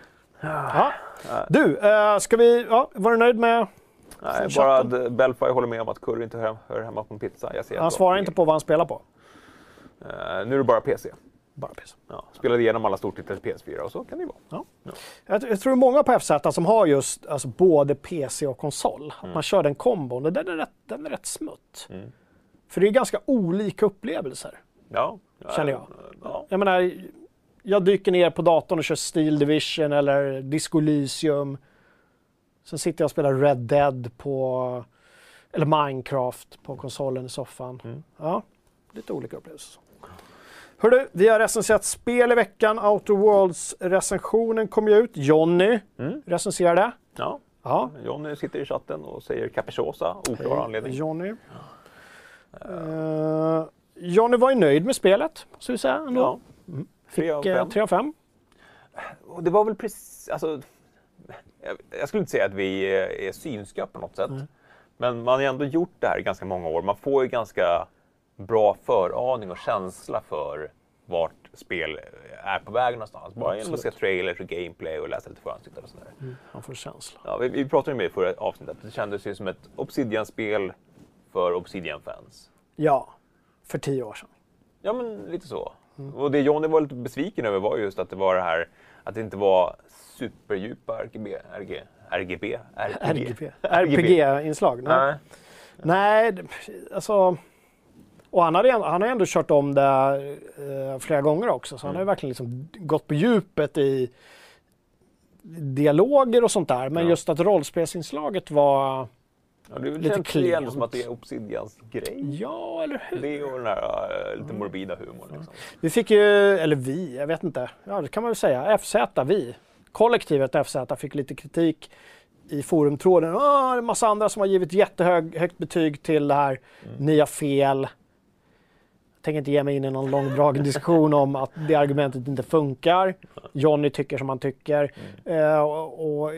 Ja. Du, äh, ska vi, ja, var du nöjd med? Nej, bara att Belfry håller med om att curry inte hör, hör hemma på en pizza. Jag ser han svarar inte på vad han spelar på. Uh, nu är det bara P C. Bara P C. Ja, spelade igenom alla stortitlar till P S fyra och så kan det vara. Ja. Ja. Jag, jag tror många på F Z som har just alltså, både P C och konsol. Mm. Att man kör den kombon och den är rätt, den är rätt smutt. Mm. För det är ganska olika upplevelser. Ja. Känner jag. Ja. Jag menar, jag dyker ner på datorn och kör Steel Division eller Disco Elysium. Sen sitter jag och spelar Red Dead på, eller Minecraft på konsolen i soffan. Mm. Ja, lite olika upplevelser. Hörru, vi har recenserat spel i veckan. Outer Worlds-recensionen kom ju ut. Johnny mm. recenserade. Ja. ja, Johnny sitter i chatten och säger capricciosa, oklar hey, anledning. Johnny. Ja. Uh, Johnny var ju nöjd med spelet, så vi säga. Ändå. Ja. Mm. Fick tre av fem. Och det var väl precis, alltså... Jag skulle inte säga att vi är synska på något sätt. Mm. Men man har ändå gjort det här i ganska många år. Man får ju ganska bra föraning och känsla för vart spel är på väg någonstans. Bara genom att se trailers och gameplay och läsa lite förhandsnytt och sådär. Mm. Man får känsla. Ja, vi, vi pratade ju med i förra avsnittet. Det kändes ju som ett Obsidian-spel för Obsidian-fans. Ja, för tio år sedan. Ja, men lite så. Mm. Och det Johnny var lite besviken över var just att det var det här, att det inte var superdjupa R G B, R G, R G B, R P G, R P G-inslag. Nej. Nej. Nej, alltså... Och han, hade, han har ändå kört om det eh, flera gånger också, så mm. han har ju verkligen liksom gått på djupet i dialoger och sånt där. Men ja. just att rollspelsinslaget var ja, det lite klent. Som att det är Obsidians grej. Ja, eller hur? Det och den här uh, lite morbida humorn. Liksom. Vi fick ju, eller vi, jag vet inte, ja det kan man väl säga, F Z, vi. Kollektivet F Z fick lite kritik i forumtråden. Åh, det är en massa andra som har givit jättehögt betyg till det här. Mm. Ni har fel. Jag tänker inte ge mig in i någon långdragen diskussion om att det argumentet inte funkar. Johnny tycker som han tycker. Mm. Uh, och, och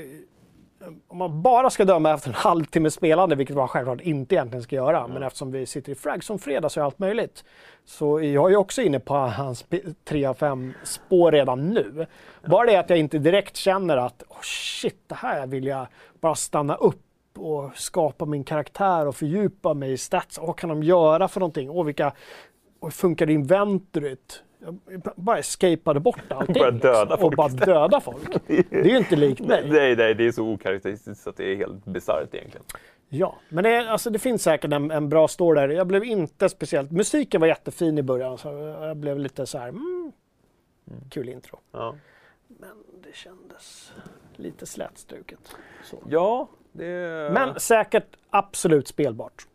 om man bara ska döma efter en halvtimme spelande, vilket man självklart inte egentligen ska göra, mm. men eftersom vi sitter i Frag som fredag så är allt möjligt. Så jag är också inne på hans tre av fem spår redan nu. Mm. Bara det att jag inte direkt känner att oh shit, det här vill jag bara stanna upp och skapa min karaktär och fördjupa mig i stats. Vad kan de göra för någonting? Och vilka och funkar inventoryt? Jag bara escapade bort allting bara döda liksom, folk. och bara döda folk. Det är ju inte likt mig. Nej, nej, det är så okaraktäristiskt så att det är helt bisarrt egentligen. Ja, men det, är, alltså, det finns säkert en, en bra story där. Jag blev inte speciellt... Musiken var jättefin i början, så jag blev lite så här... Mm, kul intro. Ja. Men det kändes lite slätstruket. Så. Ja, det... Men säkert absolut spelbart.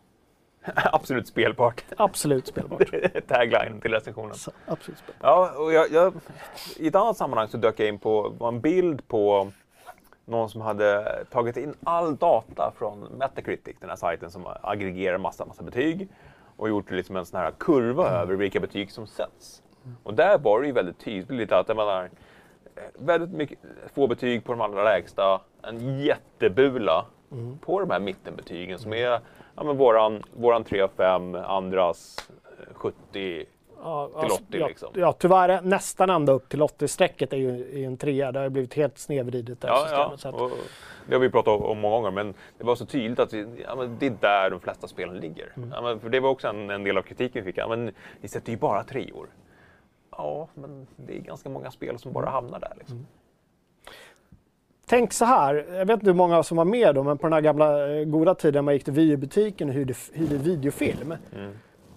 Absolut spelbart. Absolut spelbart. Tagline till recensionen. Så, absolut spelbart. Ja, och jag, jag, i ett annat sammanhang så dök jag in på en bild på någon som hade tagit in all data från Metacritic, den här sajten som aggregerar massa, massa betyg och gjort liksom en sån här kurva mm. över vilka betyg som sätts. Mm. Och där var det ju väldigt tydligt att det var väldigt mycket, få betyg på de allra lägsta, en jättebula mm. på de här mittenbetygen som är ja, men våran, våran tre av fem, andras sjuttio, Ja, till alltså, åttio ja, liksom. Ja, tyvärr nästan ända upp till åttio-strecket är ju i en trea. Det har blivit helt snedvridet det Ja, systemet. ja. Så att, Och det har vi pratat om många gånger, men det var så tydligt att vi, ja, men det är där de flesta spelen ligger. Mm. Ja, men för det var också en, en del av kritiken vi fick. Ja, men ni sätter ju bara treor. Ja, men det är ganska många spel som bara hamnar där. Liksom. Mm. Tänk så här, jag vet inte hur många som var med då, men på den här gamla eh, goda tiden man gick till videobutiken och hyrde, hyrde videofilm. Mm.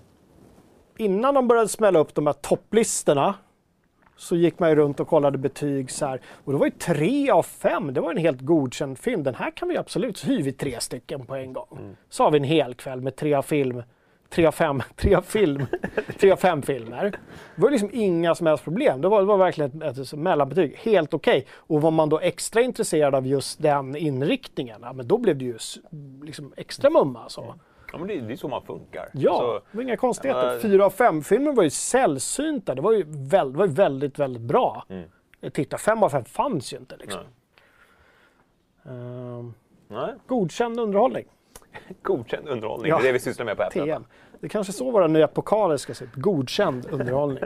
Innan de började smälla upp de här topplistorna så gick man ju runt och kollade betyg så här. Och det var ju tre av fem, det var en helt godkänd film. Den här kan vi absolut, så hyr vi tre stycken på en gång. Mm. Så har vi en hel kväll med tre av film, tre av fem, tre av film, tre av fem filmer. Det var liksom inga som helst problem. Det var, det var verkligen ett, ett mellanbetyg, helt okej. Okay. Och var man då extra intresserad av just den inriktningen, ja, men då blev det ju liksom extra mumma så. Ja, men det, det är så man funkar. Ja, alltså, det var inga konstigheter. Men, Fyra av fem-filmen var ju sällsynta. Det var ju väldigt, var ju väldigt, väldigt bra. Mm. Titta, fem av fem fanns ju inte liksom. Nej. Um, Nej. Godkänd underhållning. Godkänd underhållning, ja. Det är det vi sysslar med på F T M. Det är kanske så våra nya pokaler ska se ut. Godkänd underhållning.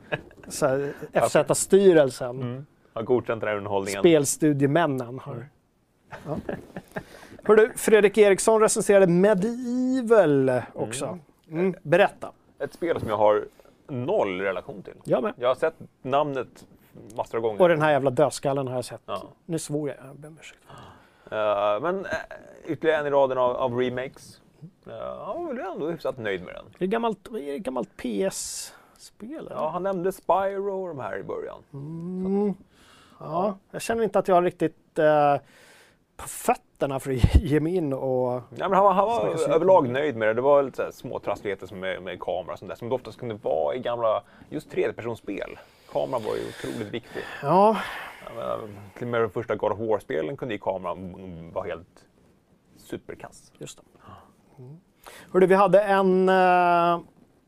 F Z-styrelsen. Mm. Har godkänt den här underhållningen. Spelstudiemännen har... Mm. Ja. Hörru, Fredrik Eriksson recenserade Medieval också. Mm. Mm. Berätta. Ett spel som jag har noll relation till. Jag med. Jag har sett namnet massor av gånger. Och den här jävla dödskallen har jag sett. Ja. Nu svor jag. jag ber om ursäkt. Uh, men uh, ytterligare en i raden av, av remakes. Uh, jag är ändå hyfsat nöjd med den. Är det gammalt, är det gammalt P S-spel? Ja, han nämnde Spyro och de här i början. Mm. Ja, ja, jag känner inte att jag har riktigt uh, på fötterna för att ge mig in och... Ja, men han var, han var överlag nöjd med det. Det var lite så här små trassligheter som med, med kamera och sånt där, som det oftast kunde vara i gamla just tredjepersonsspel. Kameran var ju otroligt viktig. Ja. Ja, till och med de första God of War-spelen kunde ju kameran vara helt superkass. Just det. Mm. Hörde, vi hade en uh,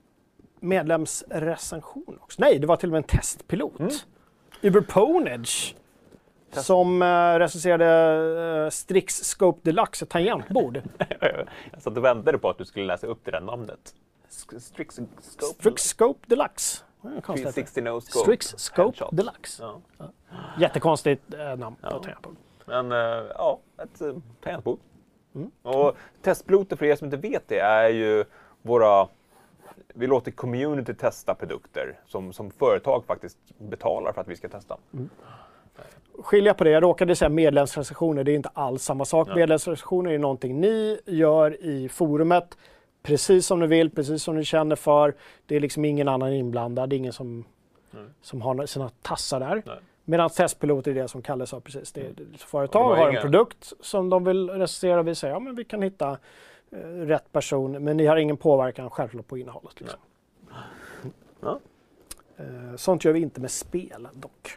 medlemsrecension också. Nej, det var till och med en testpilot. Mm. Uber Ponage. Test. Som uh, recenserade uh, Strix Scope Deluxe, ett tangentbord. Jag satt och väntade på att du skulle läsa upp det där namnet. Strix Scope, Strix Scope Deluxe. trehundrasextio no scope. Strix Scope Headshot. Deluxe. Ja. Ja. Jättekonstigt äh, namn på ja. tangentbord. Men äh, ja, ett äh, tangentbord. Mm. Och testpiloter, för er som inte vet det, är ju våra... Vi låter community testa produkter som, som företag faktiskt betalar för att vi ska testa. Mm. Skilja på det, jag råkade säga medlemsrecensioner, det är inte alls samma sak. Ja. Medlemsrecensioner är någonting ni gör i forumet, precis som ni vill, precis som ni känner för. Det är liksom ingen annan inblandad, det är ingen som, mm. som har sina tassar där. Nej. Medan testpiloter är det som Kalle sa precis. Det är, mm. Företag har en inga... produkt som de vill recensera och vi säger, ja men vi kan hitta eh, rätt person, men ni har ingen påverkan självklart på innehållet. Liksom. Mm. Ja. Eh, sånt gör vi inte med spel dock.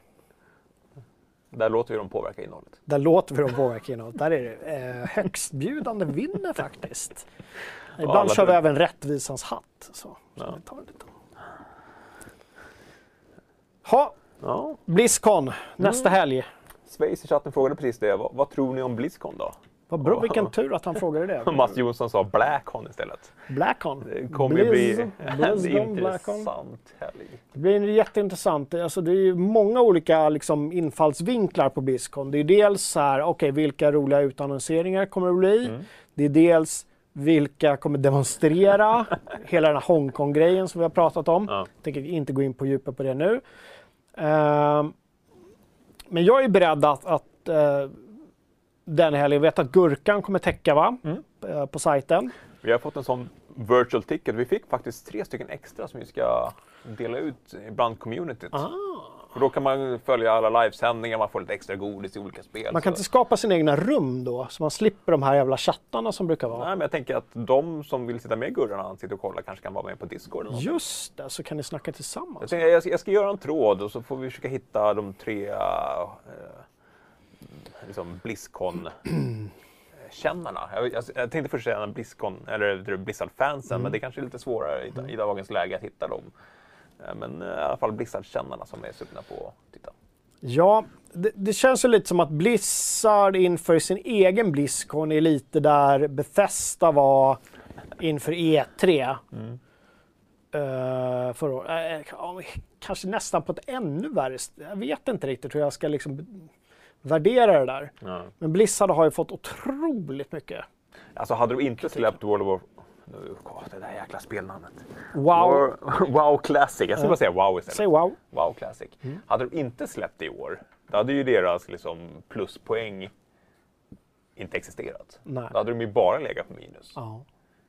Där låter vi dem påverka innehållet. Där låter vi dem påverka innehållet. Där är det eh, högstbjudande vinner faktiskt. Ibland ja, kör vi även rättvisans hatt. Så, så ja. Vi tar det lite. Ha, ja. Blizzcon nästa mm. helg. Space i chatten frågade precis det. Vad, vad tror ni om Blizzcon då? Vad bra, vilken tur att han frågade det. Mats Jonsson sa Blackcon istället. Blackcon. Det kommer Blizz, bli Blizz, en intressant helg. Det blir jätteintressant. Alltså, det är ju många olika liksom, infallsvinklar på Blizzcon. Det är dels så här, okej, okay, vilka roliga utannonseringar kommer det bli? Mm. Det är dels vilka kommer demonstrera? Hela den här Hongkong-grejen som vi har pratat om. Ja. Jag tänker inte gå in på djupet på det nu. Uh, men jag är beredd att, att uh, den helgen, jag vet att Gurkan kommer täcka va? Mm. Uh, på sajten. Vi har fått en sån virtual ticket. Vi fick faktiskt tre stycken extra som vi ska dela ut bland communityt. Ah. För då kan man följa alla livesändningar, man får lite extra godis i olika spel. Man kan så. Inte skapa sina egna rum då, så man slipper de här jävla chattarna som brukar vara. Nej, men jag tänker att de som vill sitta med i Gurrarna och sitta och kolla kanske kan vara med på Discord. Eller just det, så kan ni snacka tillsammans. Jag, tänker, jag, ska, jag ska göra en tråd och så får vi försöka hitta de tre eh, liksom Blizzcon kännarna. Jag, jag, jag tänkte först säga Blizzcon, eller Blizzard-fansen, mm. men det kanske är lite svårare i, i dagens läge att hitta dem. Men i alla fall Blizzard-kännarna som är sugna på att titta. Ja, det, det känns ju lite som att Blizzard inför sin egen Blizzcon är lite där Bethesda var inför E tre. Mm. Uh, förra året. Uh, kanske nästan på ett ännu värre. Jag vet inte riktigt hur jag ska liksom värdera det där. Ja. Men Blizzard har ju fått otroligt mycket. Alltså hade de inte släppt World of War... Oh, det där jäkla spelnamnet. Wow. War... wow Classic. Jag ska bara säga wow istället. Säg wow. Wow Classic. Mm. Hade de inte släppt det i år, då hade ju deras liksom, pluspoäng inte existerat. Nej. Då hade de ju bara legat på minus. Ja.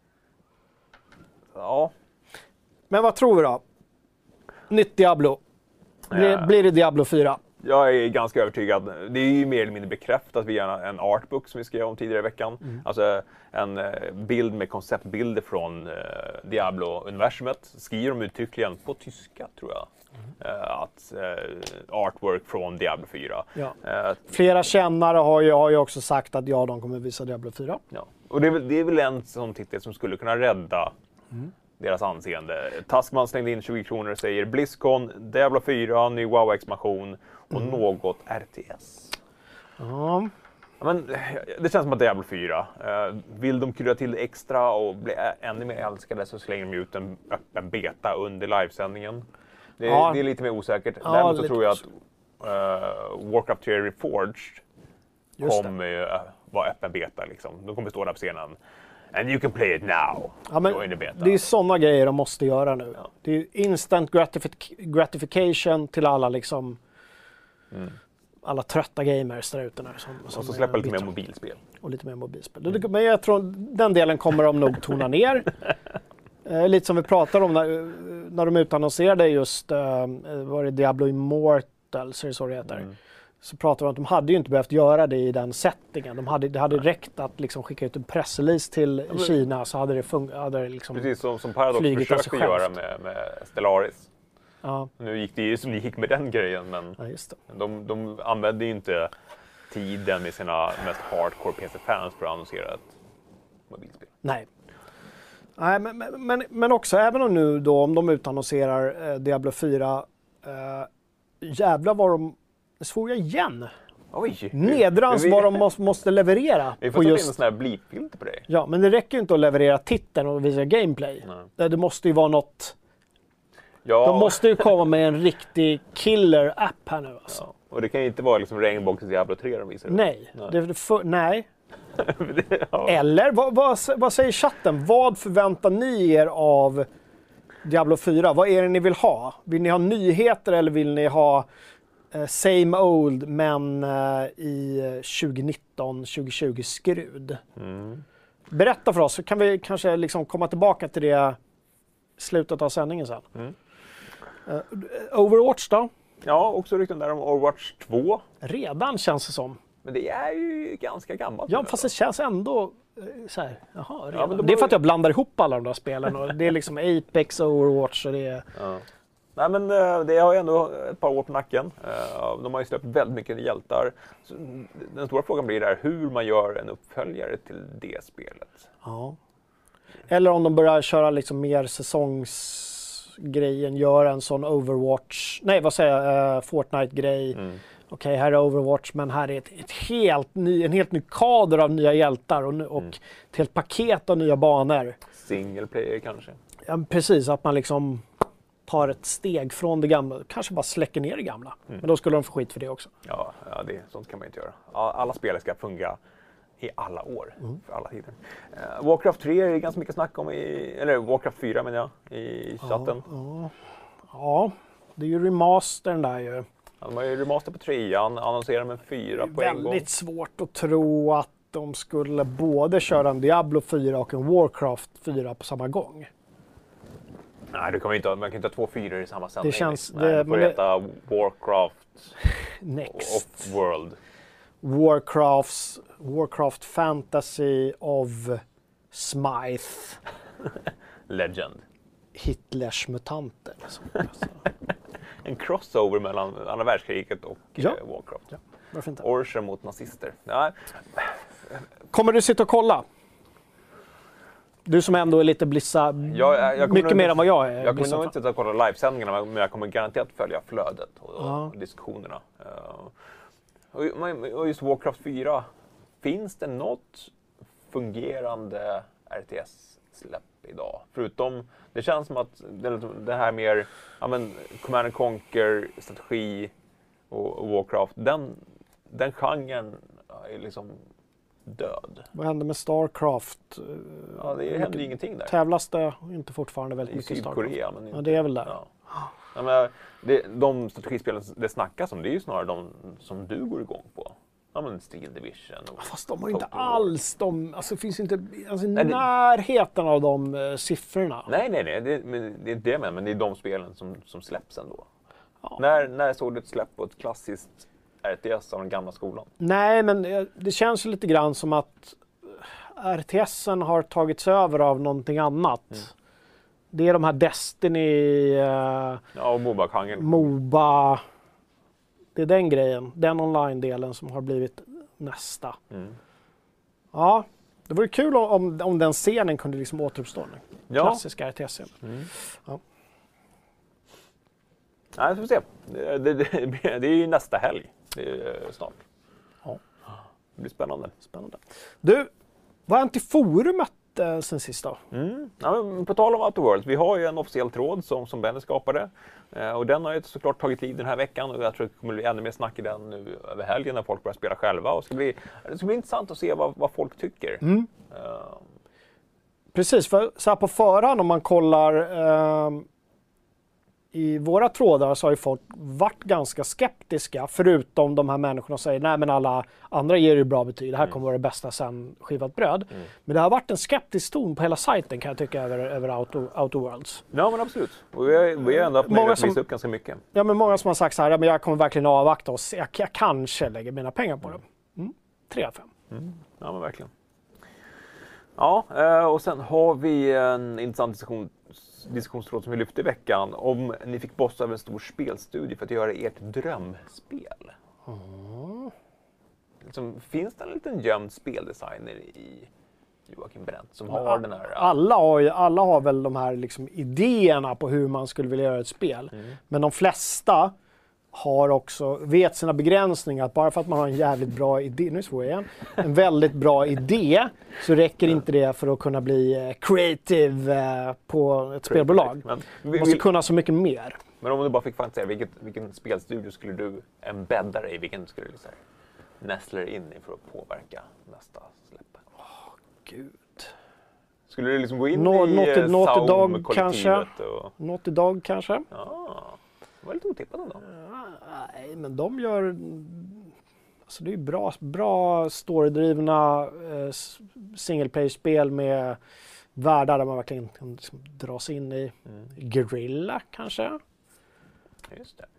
Ja. Men vad tror vi då? Nytt Diablo. Blir, Ja. blir det Diablo fyra? Jag är ganska övertygad. Det är ju mer eller mindre bekräftat via en artbook som vi skrev om tidigare i veckan. Mm. Alltså en bild med konceptbilder från uh, Diablo-universumet. Skriver de uttryckligen på tyska, tror jag. Mm. Uh, att uh, artwork från Diablo fyra. Ja. Uh, Flera kännare har ju, har ju också sagt att ja, de kommer visa Diablo fyra. Ja. Och det är, väl, det är väl en sån titel som skulle kunna rädda mm. deras anseende. Taskman slängde in tjugo kronor och säger Blizzcon, Diablo fyra, ny WoW-expansion och mm. något R T S. Ja. Men det känns som att Diablo fyra, eh, vill de krydda till extra och bli ännu mer älskade så slänger de ut en öppen beta under livesändningen. Det, ja. det är lite mer osäkert. Ja, Däremot så lite tror jag att uh, Warcraft tre Reforged kommer uh, vara öppen beta. Liksom. De kommer stå där på scenen. And you can play it now. Ja, men det är sådana grejer de måste göra nu. Ja. Det är instant gratific- gratification till alla liksom mm. alla trötta gamers där ute nu. Som, och som så släppa lite mer mobilspel. Och lite mer mobilspel. Mm. Men jag tror den delen kommer de nog tona ner. eh, lite som vi pratade om när, när de utannonserade just eh, var det Diablo Immortal, så är det så det heter. Mm. Så pratade de om att de hade ju inte behövt göra det i den settingen. De hade, det hade räckt att liksom skicka ut en pressrelease till ja, men, Kina, så hade det, fun- hade det liksom precis som, som Paradox försökte göra med, med Stellaris. Ja. Nu gick det ju som det gick med den grejen, men ja, just det. De, de använde ju inte tiden med sina mest hardcore P C-fans för att annonsera ett mobilspel. Nej. Nej, men, men, men också, även om nu då, om de utannonserar eh, Diablo fyra, eh, jävlar vad de svor jag igen. Oj, Nedrans vi, vad de måste, måste leverera. Vi får ta just in en sån här blipfilter på dig. Ja, men det räcker ju inte att leverera titeln och visa gameplay. Det, det måste ju vara något... Ja. De måste ju komma med en riktig killer-app här nu alltså. Ja. Och det kan ju inte vara liksom Rainbow Diablo tre de visar. Nej. Nej. Det, för, nej. det, ja. Eller, vad, vad, vad säger chatten? Vad förväntar ni er av Diablo fyra? Vad är det ni vill ha? Vill ni ha nyheter eller vill ni ha uh, same old men uh, i tjugonitton tjugohundratjugo skrud? Mm. Berätta för oss, så kan vi kanske liksom komma tillbaka till det slutet av sändningen sen. Mm. Uh, Overwatch då? Ja, också rykten där om Overwatch två. Redan känns det som. Men det är ju ganska gammalt. Ja, fast det känns ändå så här, jaha, ja, men det är för att jag blandar ihop alla de där spelen. Och det är liksom Apex, Overwatch och det är... Ja. Nej, men det har ju ändå ett par år på nacken. De har ju släppt väldigt mycket hjältar. Så den stora frågan blir där hur man gör en uppföljare till det spelet. Ja. Eller om de börjar köra liksom mer säsongsgrejen, göra en sån Overwatch, nej vad säger jag, uh, Fortnite-grej. Mm. Okej, okay, här är Overwatch, men här är ett, ett helt ny, en helt ny kader av nya hjältar och, och mm. ett helt paket av nya banor. Single player kanske? Ja, precis, att man liksom tar ett steg från det gamla, kanske bara släcker ner det gamla. Mm. Men då skulle de få skit för det också. Ja, ja det, sånt kan man inte göra. Alla spel ska fungera i alla år, mm. för alla tider. Uh, Warcraft tre är det ganska mycket snack om, i, eller Warcraft fyra menar jag, i chatten. Ja, ja. ja, det är ju remastern där ju. Ja, de har ju remaster på trean, annonserar med fyra på en gång. Det är väldigt svårt att tro att de skulle både köra en Diablo fyra och en Warcraft fyra på samma gång. Nej, det kan man, inte, man kan inte ha två fyror i samma sändning. Det känns... Nej, det får det, heta Warcraft Next. of World. Warcrafts, Warcraft Fantasy of Smythe. Legend. Hitlers mutanter. Liksom. En crossover mellan andra världskriget och ja. eh, Warcraft. Ja. Varför inte? Orcher mot nazister. Ja. Kommer du sitta och kolla? Du som ändå är lite blissa, jag, jag mycket mer än vad jag är. Jag kommer nog inte sitta och kolla livesändningarna, men jag kommer garanterat följa flödet och, ja. och diskussionerna. Uh, och, och just Warcraft fyra, finns det något fungerande R T S-släpp idag? Förutom, det känns som att det, det här mer, ja men, Command and Conquer, strategi och, och Warcraft, den, den genren är liksom död. Vad hände med Starcraft? Ja, det händer ju ingenting där. Tävlas det inte fortfarande väldigt I mycket i Sydkorea, Starcraft? men Ja, det är väl där. Ja. Ja, men det, de strategispelen det snackas om, det är ju snarare de som du går igång på. Ja, men Steel Division. Och Fast de har ju inte Total alls de, alltså det finns inte alltså, Nej, det- närheten av de uh, siffrorna. Nej, nej, nej, det, men, det är inte det med, men det är de spelen som, som släpps ändå. Ja. När, när såg du ett släpp på ett klassiskt R T S av den gamla skolan? Nej, men eh, det känns ju lite grann som att R T S:en har tagits över av någonting annat. Mm. Det är de här Destiny, uh, Ja, och Moba-genren. Moba. Det är den grejen, den online-delen som har blivit nästa. Mm. Ja, det vore kul om, om den scenen kunde liksom återuppstå nu. Ja. Klassiska R T S-scen. Mm. Ja. Nej, vi får se. Det, det, det, det är ju nästa helg. Det är snart. Ja. Det blir spännande. Spännande. Du, vad har hänt i forumet eh, sen sist då? Mm. Ja, men på tal om Outer Worlds, vi har ju en officiell tråd som, som Benny skapade. Eh, och den har ju såklart tagit liv den här veckan och jag tror att det kommer bli ännu mer snack i den nu över helgen när folk börjar spela själva. Och det, ska bli, det ska bli intressant att se vad, vad folk tycker. Mm. Eh, Precis, för så här på förhand om man kollar eh, i våra trådar så har ju folk varit ganska skeptiska förutom de här människorna som säger nej men alla andra ger ju bra betyg, det här kommer vara det bästa sen skivat bröd. Mm. Men det har varit en skeptisk ton på hela sajten kan jag tycka över, över Outer, Outer Worlds. ja, men absolut. Och vi har, vi har ändå haft Många möjlighet att som- visa upp ganska mycket. Ja men många som har sagt så här, ja, men jag kommer verkligen avvakta och se, jag, jag kanske lägger mina pengar på det. Mm. tre av fem. Mm. Ja, men verkligen. Ja, eh, och sen har vi en intressant diskussion, diskussionstråd som vi lyfte i veckan. Om ni fick bossa över en stor spelstudie för att göra ert drömspel. Mm. Liksom, finns det en liten gömd speldesigner i Joakim Brendt som har Ja, den här... Alla har, ju, alla har väl de här liksom idéerna på hur man skulle vilja göra ett spel. Mm. Men de flesta har också, vet sina begränsningar. Att bara för att man har en jävligt bra idé, nu svor jag igen, en väldigt bra idé så räcker inte det för att kunna bli eh, creative eh, på ett spelbolag. Men, Man vi- måste vi- kunna så mycket mer. men om du bara fick fantisera, vilket, vilken spelstudio skulle du embedda dig i? Vilken skulle du så här, nästla dig in i för att påverka nästa släpp? Gud. Skulle du liksom gå in Nå- i Naughty- eh, Naughty Dog Saum-kollektivet kanske? Och... Naughty Dog kanske? Ja, det var lite otippat ändå. Nej, men de gör... Alltså det är ju bra, bra storydrivna eh, s- single player-spel med världar där man verkligen kan liksom dra sig in i. Mm. Guerrilla kanske? Just det.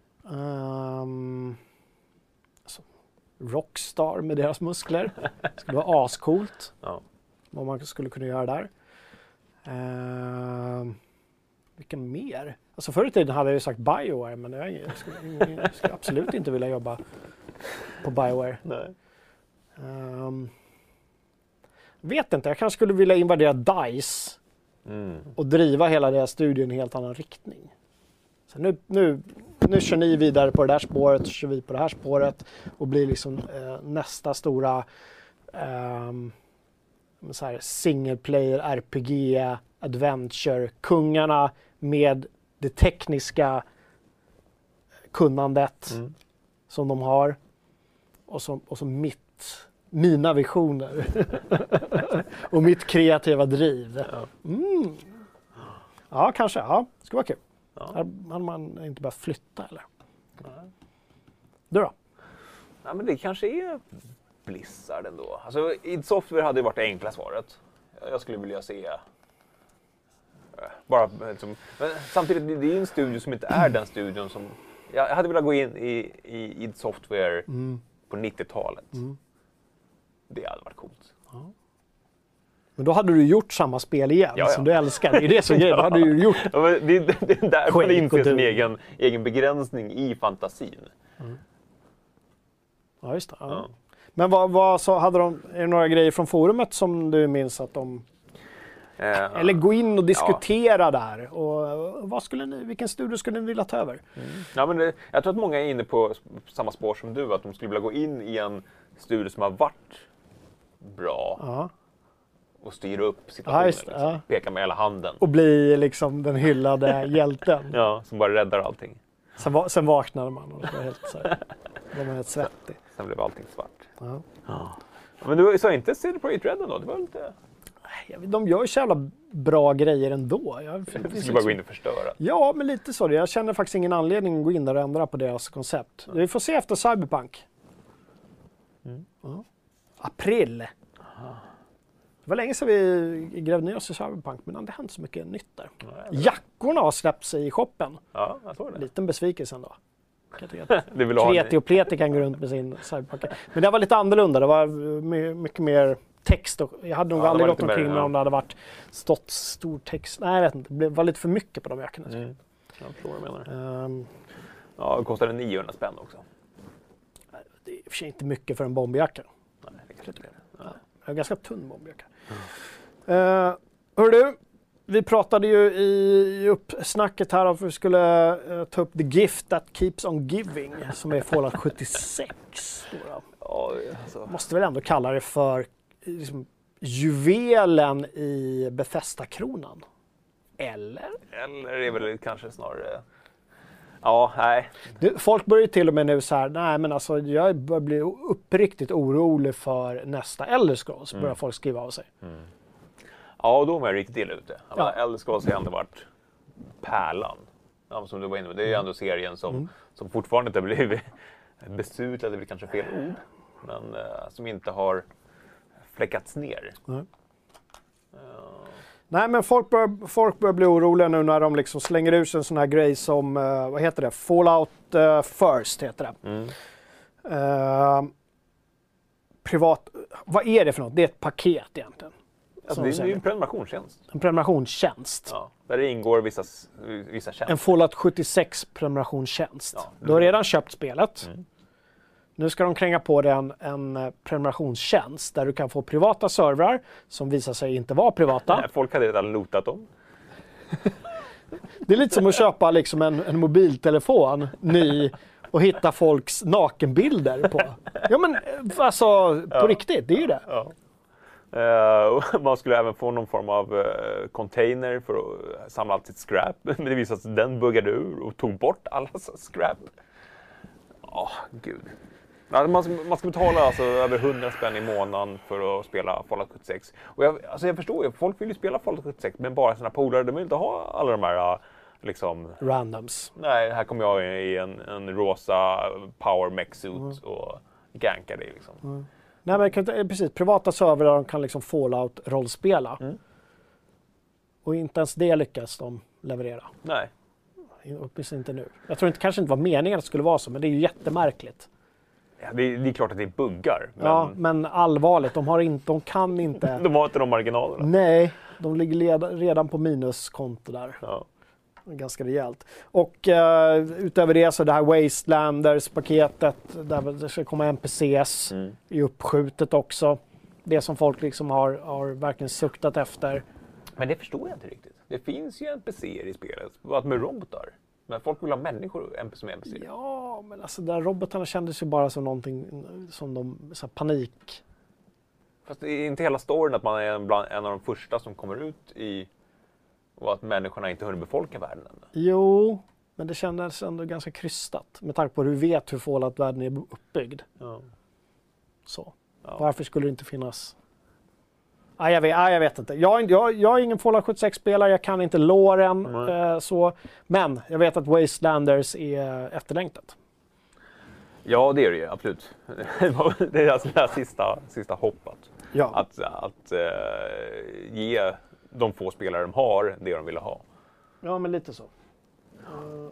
Um, alltså, Rockstar med deras muskler. Det skulle vara ascoolt Ja. vad man skulle kunna göra där. Um, vilka mer? Alltså förr i tiden hade jag ju sagt BioWare, men jag, jag, skulle, jag skulle absolut inte vilja jobba på BioWare. Nej. Um, vet inte, jag kanske skulle vilja invadera DICE Mm. och driva hela deras studion i en helt annan riktning. Så nu, nu, nu kör ni vidare på det där spåret, så kör vi på det här spåret och blir liksom eh, nästa stora ehm, så här single player, R P G, adventure, kungarna med det tekniska kunnandet Mm. som de har och så, och så mitt, mina visioner och mitt kreativa driv. Ja. Mm. Ja, kanske. Ja, det skulle vara kul. Ja. Här hade man inte behövt flytta eller? Nej. Du då? Ja, men det kanske är Blizzard ändå. Alltså, id Software hade ju varit det enkla svaret. Jag skulle vilja se... eh, Bara liksom, men samtidigt, det är ju en studio som inte är den studion som... Jag hade velat gå in i, i id Software Mm. på nittiotalet. Mm. Det hade varit coolt. Men då hade du gjort samma spel igen Ja, ja. som du älskar. Det är det som är grejen. Då hade du gjort. Ja, men det, det, det är där man Skit inser och sin du. egen, egen begränsning i fantasin. Ja, just det. Ja. Ja. Men vad, vad så hade de, är det några grejer från forumet som du minns att de... Eh, Eller gå in och diskutera där. Och vad skulle ni, vilken studio skulle ni vilja ta över? Ja, men det, jag tror att många är inne på samma spår som du, att de skulle vilja gå in i en studio som har varit bra Ja. och styra upp situationen. Ja, just det, liksom. ja. Peka med hela handen. Och bli liksom den hyllade hjälten. Ja, som bara räddar allting. Sen, va- sen vaknade man och det var helt, så här, då var man helt svettig. Sen blev allting svart. Ja. Ja. Men du sa inte C D Projekt Red då? Det var lite... Jag vet, de gör ju så jävla bra grejer ändå. Jag, Du skulle liksom... bara gå in och förstöra. Ja, men lite så. Jag känner faktiskt ingen anledning att gå in där och ändra på deras koncept. Vi får se efter Cyberpunk. Mm. Ja. April. Aha. Det var länge sedan vi grävde ner oss i Cyberpunk, men det har inte hänt så mycket nytt där. Nej, Jackorna har släppts i shoppen. Ja, jag såg det. Liten besvikelse ändå. Kan jag tycka att Det vill ha Kreti och Pleti kan gå runt med sin Cyberpunk. Men det var lite annorlunda. Det var my- mycket mer text. Och jag hade nog Ja, det aldrig var gått lite omkring mer, med ja. om det hade varit stått stor text. Nej, jag vet inte. Det var lite för mycket på de jackorna. Mm. Jag förstår vad du menar. Um, Ja, det kostade niohundra spänn också. det är i och för sig inte mycket för en bombjacka. Nej, det kanske inte är det. Ja. Det är en ganska tunn bombjacka. Mm. Uh, hör du, vi pratade ju i uppsnacket här att vi skulle uh, ta upp The Gift That Keeps On Giving som är Fallout sjuttiosex. Då då. Ja, alltså. Måste väl ändå kalla det för liksom, juvelen i Bethesda-kronan? Eller? Eller är väl kanske snarare... Ja, nej. Det, folk börjar ju till och med nu så här, nej men alltså jag börjar bli uppriktigt orolig för nästa Elder Scrolls, Mm. börjar folk skriva av sig. Mm. Ja, och då är man riktigt illa ute. Ja. Ja. Elder Scrolls har ändå varit pärlan. Ja, som du var inne med. Det är ju ändå serien som, Mm. som fortfarande inte har blivit besudlad, det blir kanske fel ord. Men eh, som inte har fläckats ner. Mm. Uh, Nej men folk börjar, folk börjar bli oroliga nu när de liksom slänger ut en sån här grej som, uh, vad heter det, Fallout uh, First heter det. mm. Uh, privat, vad är det för något? Det är ett paket egentligen. Alltså, som det, de är- det är ju säger. en prenumerationstjänst. En prenumerationstjänst. Ja, där det ingår vissa, s- vissa tjänster. En Fallout sjuttiosex prenumerationstjänst. Ja. Du har redan köpt spelet. Mm. Nu ska de kränga på dig en, en eh, prenumerationstjänst där du kan få privata servrar som visar sig inte vara privata. Nej, folk hade redan lotat dem. Det är lite som att köpa liksom en, en mobiltelefon ny och hitta folks nakenbilder på. Ja men eh, alltså på Ja. riktigt, det är ju det. Ja. Eh, och man skulle även få någon form av eh, container för att samla allt sitt scrap. Men det visade sig att den buggade ur och tog bort alla scrap. Åh, gud. Ja, man, man ska betala alltså över hundra spänn i månaden för att spela Fallout sjuttiosex. Och jag, alltså jag förstår ju, folk vill ju spela Fallout sjuttiosex men bara sina polare. De vill inte ha alla de här liksom... Randoms. Nej, här kommer jag i en, en rosa power mech suit Mm. och gankar dig liksom. Mm. Nej men kan inte- eh, precis, privata servrar där de kan liksom Fallout-rollspela. Mm. Och inte ens det lyckas de leverera. Nej. Åtminstone inte nu. Jag tror inte, kanske inte var meningen att det skulle vara så, men det är ju jättemärkligt. Ja, det, är, det är klart att det är buggar. Men Ja, men allvarligt, de, har inte, de kan inte... de har inte de marginalerna. Nej, de ligger leda, redan på minuskonto där. Ja. Ganska rejält. Och uh, utöver det så det här Wastelanders-paketet, där det ska komma N P Cs Mm. i uppskjutet också. Det som folk liksom har, har verkligen suktat efter. Men det förstår jag inte riktigt. Det finns ju N P C:er i spelet, vad med robotar. Men folk vill ha människor N P C som N P C. Ja, men alltså där robotarna kändes ju bara som någonting som de, så här panik. Fast det är inte hela storyn att man är bland, en av de första som kommer ut i... Och att människorna inte hunnit befolka världen ännu. Jo, men det kändes ändå ganska krystat. Med tanke på att du vet hur Fallout-världen är uppbyggd. Ja. Så. Ja. Varför skulle det inte finnas... Ah, jag, vet, ah, jag vet inte. Jag, jag, jag är ingen Fallout sjuttiosex-spelare, jag kan inte låren. Mm. Eh, så. Men jag vet att Wastelanders är efterlängtat. Ja, det är det ju, absolut. Det är alltså det här sista, sista hoppet. Ja. Att, att eh, ge de få spelare de har det de ville ha. Ja, men lite så. Uh...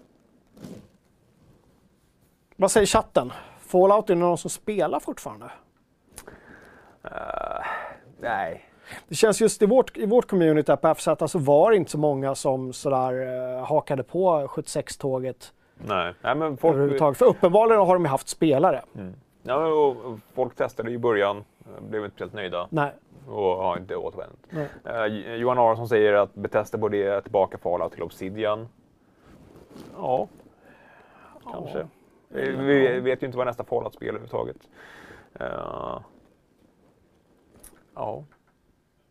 Vad säger chatten? Fallout, är det någon som spelar fortfarande? Uh, nej. Det känns just i vårt, i vårt community här på F Z så var det inte så många som sådär uh, hakade på sjuttiosex-tåget Nej. nej men folk, överhuvudtaget. För uppenbarligen har de ju haft spelare. mm. ja, och folk testade i början, blev inte helt nöjda Nej. och har inte återvänt. Nej. Uh, Johan Arason säger att Bethesda borde ge tillbaka Fallout till Obsidian. Ja, kanske. Ja. Vi, vi vet ju inte vad nästa Fallout-spel överhuvudtaget. Uh, ja.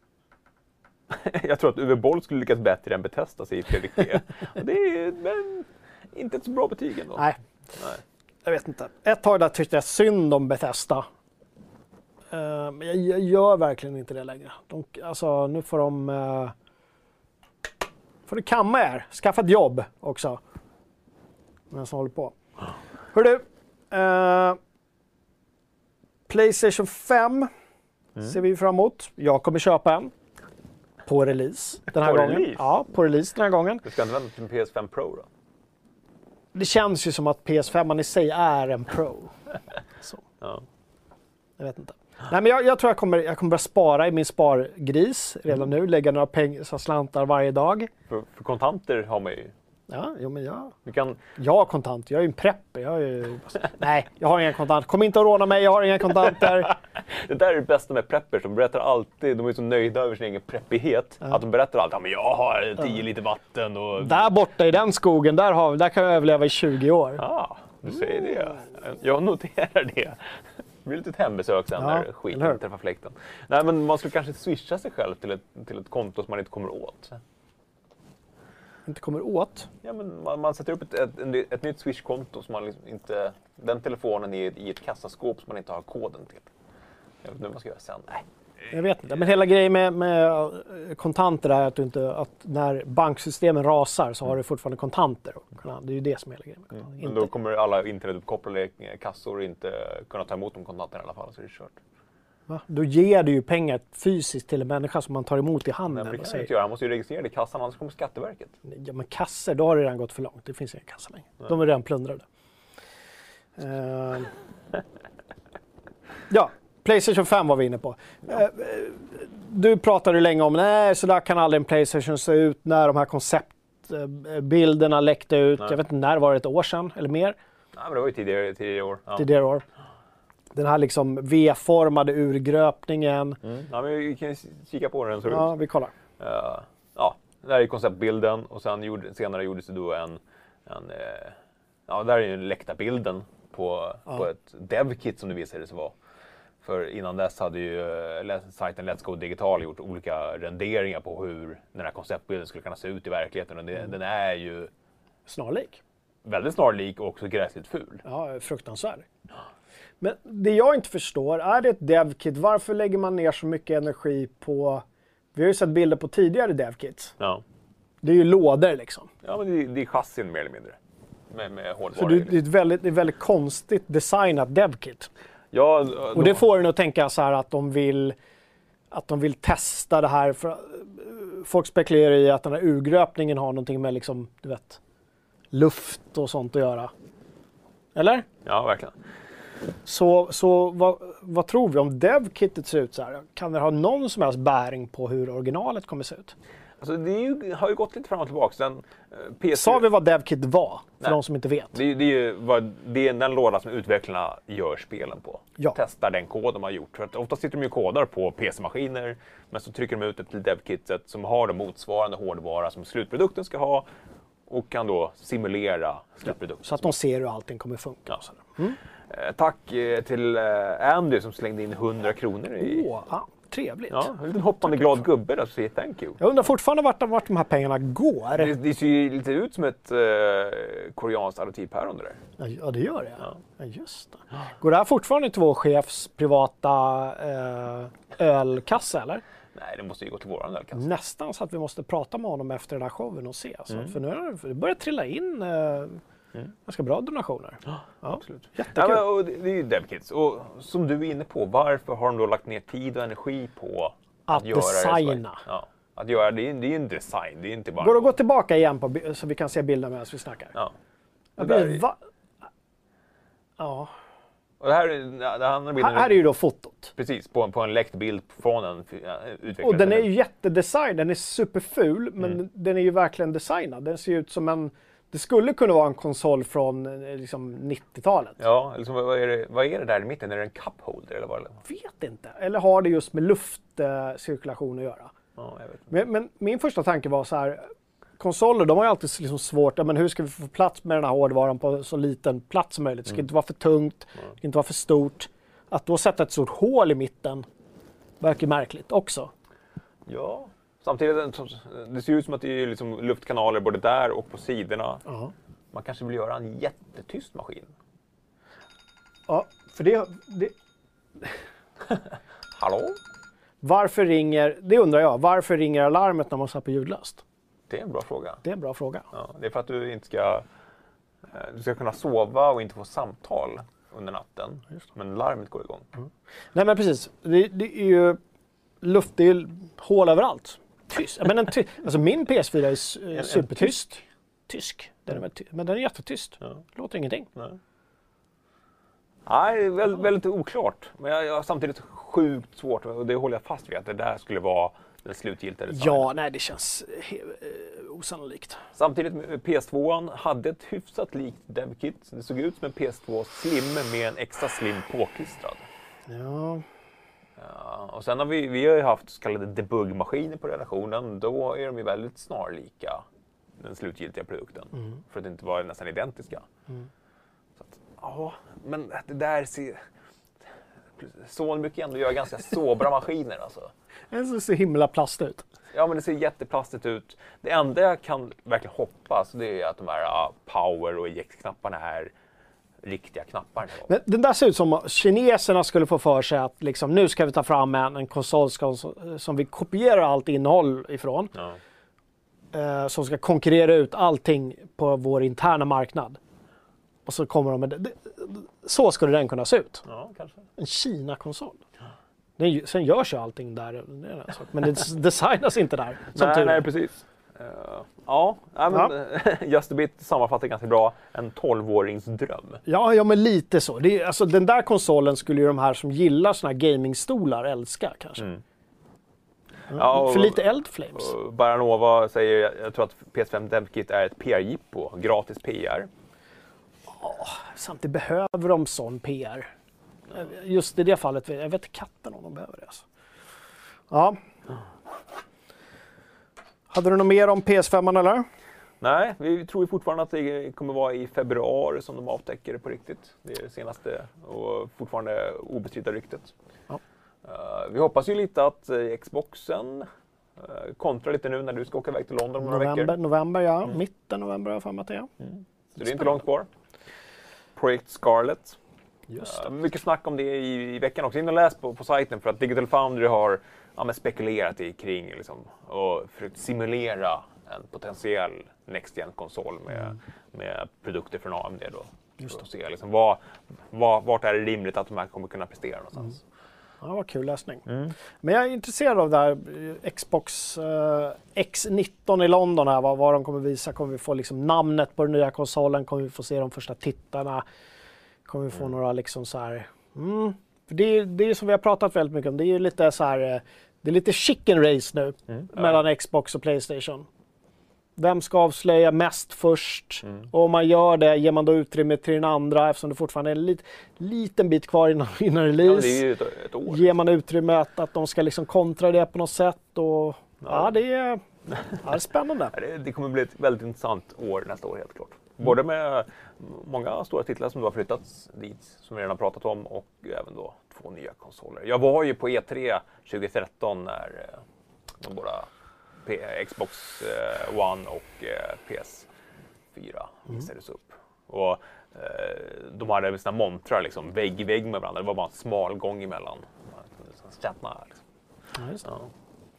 Jag tror att Uwe Boll skulle lyckas bättre än Bethesda, säger Fredrik P. Och det är men, inte ett så bra betyg ändå. Nej. Nej, Jag vet inte. Ett tag där tyckte jag synd om Bethesda. Uh, men jag, jag gör verkligen inte det längre. De, alltså, nu får de... Uh, får du kamma er. Skaffa ett jobb också. Men som håller på. Hör du. Uh, PlayStation fem mm. ser vi fram emot. Jag kommer köpa en. På release den här på gången. Release? Ja, på release den här gången. Du ska inte vänta till en P S fem Pro då? Det känns ju som att P S fem i sig är en Pro. Så. Ja. Jag vet inte. Nej, men jag, jag tror jag kommer, jag kommer börja spara i min spargris redan mm. nu. Lägga några pengar, så slantar varje dag. För, för kontanter har man ju. Ja, jo, men jag, du kan... jag har kontant. Jag är ju en prepper. Jag är ju... Nej, jag har inga kontanter. Kom inte och råna mig, jag har inga kontanter. Det där är det bästa med preppers. De berättar alltid, de är så nöjda över sin egen preppighet. Ja. Att de berättar alltid, ja, men jag har tio ja. liter vatten. Och... Där borta i den skogen, där, har, där kan jag överleva i tjugo år. Ja, du säger det. Jag noterar det. Det blir lite ett hembesök sen ja, när skiten träffar fläkten. Nej, men man skulle kanske swisha sig själv till ett, till ett konto som man inte kommer åt. Inte kommer åt? Ja, men man, man sätter upp ett, ett, ett, ett nytt Swish-konto som man liksom inte... Den telefonen är i ett kassaskåp som man inte har koden till. Jag vet inte hur man ska göra sen. Nej. Jag vet inte. Men hela grejen med, med kontanter är att, du inte, att när banksystemen rasar så har du fortfarande kontanter. Det är ju det som är hela grejen med kontanter. Mm. Men då kommer alla internetuppkopplade kassor inte kunna ta emot de kontanterna i alla fall, så är det kört. Va? Då ger du ju pengar fysiskt till en människa som man tar emot i handen. Men det kan jag inte göra. Han måste ju registrera det i kassan, annars kommer Skatteverket. Ja, men kassor, då har det redan gått för långt. Det finns inga kassor längre. Nej. De är redan plundrade. Uh... ja, PlayStation fem var vi inne på. Ja. Uh, du pratade länge om, nej, så där kan aldrig en PlayStation se ut när de här konceptbilderna läckte ut. Nej. Jag vet inte, när var det, ett år sedan eller mer? Nej, men det var ju tidigare, tidigare år. Ja. Tidigare år. Den här liksom V-formade urgröpningen. Mm. Ja, men vi kan kika på den så Ja, ut. vi kollar. Uh, ja, det här är konceptbilden och sen gjorde, senare gjordes det då en, en uh, ja, där är ju läckta bilden på, ja. på ett dev-kit som det visade sig vara. För innan dess hade ju uh, sajten Let's Go Digital gjort olika renderingar på hur den här konceptbilden skulle kunna se ut i verkligheten. Och det, mm. den är ju snarlik. Väldigt snarlik och också gräsligt ful. Ja, fruktansvärd. Men det jag inte förstår, är det ett dev-kit? Varför lägger man ner så mycket energi på... Vi har ju sett bilder på tidigare dev-kits. Ja. Det är ju lådor liksom. Ja, men det är, det är chassin mer eller mindre. Med, med hårdvara. Så det, det, är ett väldigt, det är ett väldigt konstigt designat dev-kit. Ja, då... Och det får en att tänka så här att de vill, att de vill testa det här. För folk spekulerar i att den här urgröpningen har någonting med liksom, du vet, luft och sånt att göra. Eller? Ja, verkligen. Så, så vad, vad tror vi om dev-kittet ser ut så här? Kan det ha någon som helst bäring på hur originalet kommer se ut? Alltså det är ju, har ju gått lite fram och tillbaka. Sen, uh, P C... Sa vi vad dev-kit var? För Nej. de som inte vet. Det, det är ju vad, det är den låda som utvecklarna gör spelen på. Ja. Testar den kod de har gjort. För att ofta sitter de ju kodar på P C-maskiner. Men så trycker de ut ett dev-kit som har de motsvarande hårdvara som slutprodukten ska ha. Och kan då simulera slutprodukten. Så att de ser hur allting kommer funka. Ja. Mm. Eh, tack eh, till eh, Andy som slängde in hundra kronor i... Åh, ah, trevligt. Ja, en liten hoppande tack glad gubbe där, så säger thank you. Jag undrar fortfarande vart, vart de här pengarna går. Det, det ser ju lite ut som ett eh, koreanskt adoptivpäron det där. Ja, ja, det gör det. Ja. Ja, just det. Går det här fortfarande till vår chefs privata eh, ölkassa, eller? Nej, det måste ju gå till våran ölkassa. Nästan så att vi måste prata med honom efter den här showen och se. Alltså. Mm. För nu har det börjat trilla in eh, mm. ganska bra donationer. Ja, ja. Absolut. Jättekul. Ja, men, och det, det är ju DevKits. Och som du är inne på, varför har de då lagt ner tid och energi på att, att göra designa? det? Ja, att göra det, det är ju en design, det är inte bara... Går det att gå tillbaka igen på, så vi kan se bilden medan vi snackar? Ja. Det det är... va... Ja. Och det här, det här, bilden... här är ju då fotot. Precis, på en, på en läckt bild från en utvecklare. Och den är ju jättedesignad, den är superful, men mm. den är ju verkligen designad. Den ser ut som en... Det skulle kunna vara en konsol från liksom, nittiotalet. Ja, liksom, vad, är det, vad är det där i mitten? Är det en cup holder eller vad? Vet inte. Eller har det just med luftcirkulation att göra? Ja, jag vet. Men, men min första tanke var så här, konsoler, de har ju alltid liksom svårt, men hur ska vi få plats med den här hårdvaran på så liten plats som möjligt? Det ska mm. inte vara för tungt, det ska inte vara för stort. Att då sätta ett stort hål i mitten verkar märkligt också. Ja, Samtidigt, det ser ut som att det är liksom luftkanaler både där och på sidorna. Ja. Man kanske vill göra en jättetyst maskin. Ja, för det... det... Hallå? Varför ringer... Det undrar jag. Varför ringer alarmet när man satt på ljudlöst? Det är en bra fråga. Det är en bra fråga. Ja, det är för att du inte ska... Du ska kunna sova och inte få samtal under natten. Men larmet går igång. Mm. Nej, men precis. Det, det är ju luft, det är hål överallt. Tyst. Men en ty- alltså min P S fyra är s- en supertyst. Tysk. Den är väl ty- men den är jättetyst. Ja. Låter ingenting. Nej. Nej, det är väldigt, väldigt oklart. Men jag, jag har samtidigt sjukt svårt, och det håller jag fast vid, att det där skulle vara den slutgiltiga designen. Ja, nej, det känns he- eh, osannolikt. Samtidigt med P S två hade ett hyfsat likt DevKit. Det såg ut som en P S två Slim med en extra slim påklistrad. Ja. Ja, och sen har vi, vi har ju haft så kallade debugmaskiner på redaktionen. Då är de ju väldigt snarlika den slutgiltiga produkten. Mm. För att inte vara nästan identiska. Mm. Så att, ja, men det där ser... Son brukar ändå göra ganska sobra maskiner alltså. Det ser så himla plast ut. Ja, men det ser jätteplastigt ut. Det enda jag kan verkligen hoppas, det är att de här uh, power och eject-knapparna är riktiga knappar. Men den där ser ut som att kineserna skulle få för sig att liksom, nu ska vi ta fram en, en konsol ska, som vi kopierar allt innehåll ifrån. Ja. Eh, som ska konkurrera ut allting på vår interna marknad. Och så kommer de med det. det så skulle den kunna se ut. Ja, kanske. En Kina-konsol. Den, sen görs ju allting där. Det är en sak. Men det designas inte där. Som nej, tur. nej, precis. Uh, ja, ja, men Ja. Just a bit sammanfattar ganska bra en tolvårings dröm. Ja, ja, men lite så. Det är, alltså, den där konsolen skulle ju de här som gillar såna här gamingstolar älska kanske. Mm. Ja, Ja, och- för lite eldflames. Och Baranova säger, jag tror att P S fem DevKit är ett P R-jippo, gratis P R. Samtidigt behöver de sån P R. Just i det fallet, jag vet inte katten om de behöver det. Alltså. Ja. Hade du något mer om P S fem eller? Nej, vi tror ju fortfarande att det kommer vara i februari som de avtäcker det på riktigt. Det är det senaste och fortfarande obestridda ryktet. Ja. Uh, vi hoppas ju lite att uh, Xboxen uh, kontrar lite nu när du ska åka iväg till London om några November, veckor. november ja. Mm. Mitten november har jag för mig att det är. Mm. Så det är inte långt kvar. Projekt Scarlet. Just Uh, det. mycket snack om det i, i veckan också. In och läs på, på sajten för att Digital Foundry har ja, men spekulerat i kring liksom, och försökt simulera en potentiell Next Gen-konsol med, Mm. med produkter från A M D. Då. Just För att se liksom, vad, vad, vart är det rimligt att de här kommer kunna prestera någonstans. Ja, vad kul läsning. Mm. Men jag är intresserad av det här eh, Xbox eh, X nitton i London här, vad, vad de kommer visa. Kommer vi få liksom namnet på den nya konsolen? Kommer vi få se de första tittarna? Kommer vi få Mm. några liksom så här... Mm. För det är det är som vi har pratat väldigt mycket om. Det är ju lite så här... eh, Det är lite chicken race nu Mm. Ja. mellan Xbox och PlayStation. Vem ska avslöja mest först? Mm. Och om man gör det, ger man då utrymme till den andra eftersom det fortfarande är en lit, liten bit kvar innan, innan Ja, release. det är ju ett, ett år. Ger man utrymme att, att de ska liksom kontra det på något sätt. Och, ja. Ja. det, är, ja, det är spännande. Ja, det, det kommer bli ett väldigt intressant år nästa år helt klart. Både med många stora titlar som du har flyttats dit, som vi redan pratat om, och även då två nya konsoler. Jag var ju på E tre tjugohundratretton när eh, de båda P- Xbox eh, One och eh, P S fyra visades upp. Och eh, de hade sina montrar liksom vägg i vägg med varandra. Det var bara en smal gång emellan. Man kunde liksom chatta, liksom. Ja, just det. Ja.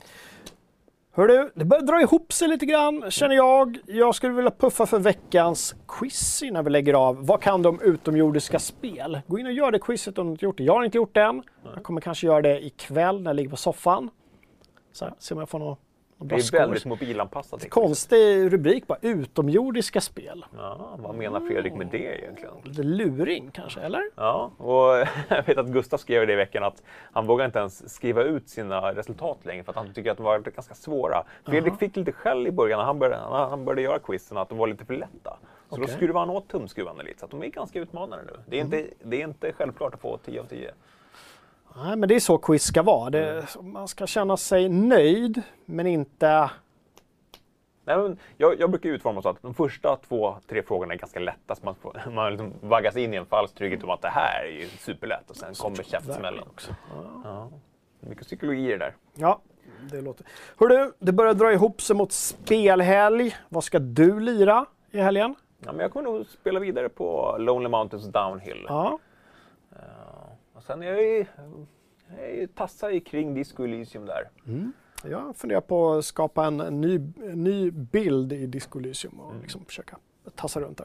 Hör du, det börjar dra ihop sig lite grann känner jag. Jag skulle vilja puffa för veckans quiz innan vi lägger av. Vad kan du om utomjordiska spel? Gå in och gör det quizet om du inte gjort det. Jag har inte gjort det än. Jag kommer kanske göra det ikväll när jag ligger på soffan. Så här, se om jag får något, något bra Det är score. väldigt mobilanpassat. Lite konstig rubrik bara, utomjordiska spel. Ja, vad menar Fredrik med det egentligen? Lite luring kanske, eller? Ja, och jag vet att Gustav skrev det i veckan att han vågar inte ens skriva ut sina resultat längre för att han tycker att de var ganska svåra. Fredrik fick lite skäll i början när han började, när han började göra quizen att de var lite för lätta. Så Okej. då skruvade han åt tumskruvarna lite, så att de är ganska utmanande nu. Det är, inte, det är inte självklart att få tio av tio. Nej, men det är så quiz ska vara. Det, man ska känna sig nöjd, men inte... Nej, men jag, jag brukar utforma så att de första två, tre frågorna är ganska lätta. Så man, får, man liksom vaggas in i en falsk trygghet om att det här är ju superlätt och sen kommer käftsmällen. också. Ja, mycket psykologi i det där. Ja, Det låter... Hör du, det börjar dra ihop sig mot spelhelg. Vad ska du lira i helgen? Ja, men jag kommer nog spela vidare på Lonely Mountains Downhill. Ja. Uh, och sen är jag ju, jag är tassar ju kring Disco Elysium där. Mm. Jag funderar på att skapa en, en, ny, en ny bild i Disco Elysium och mm. liksom försöka tassa runt där.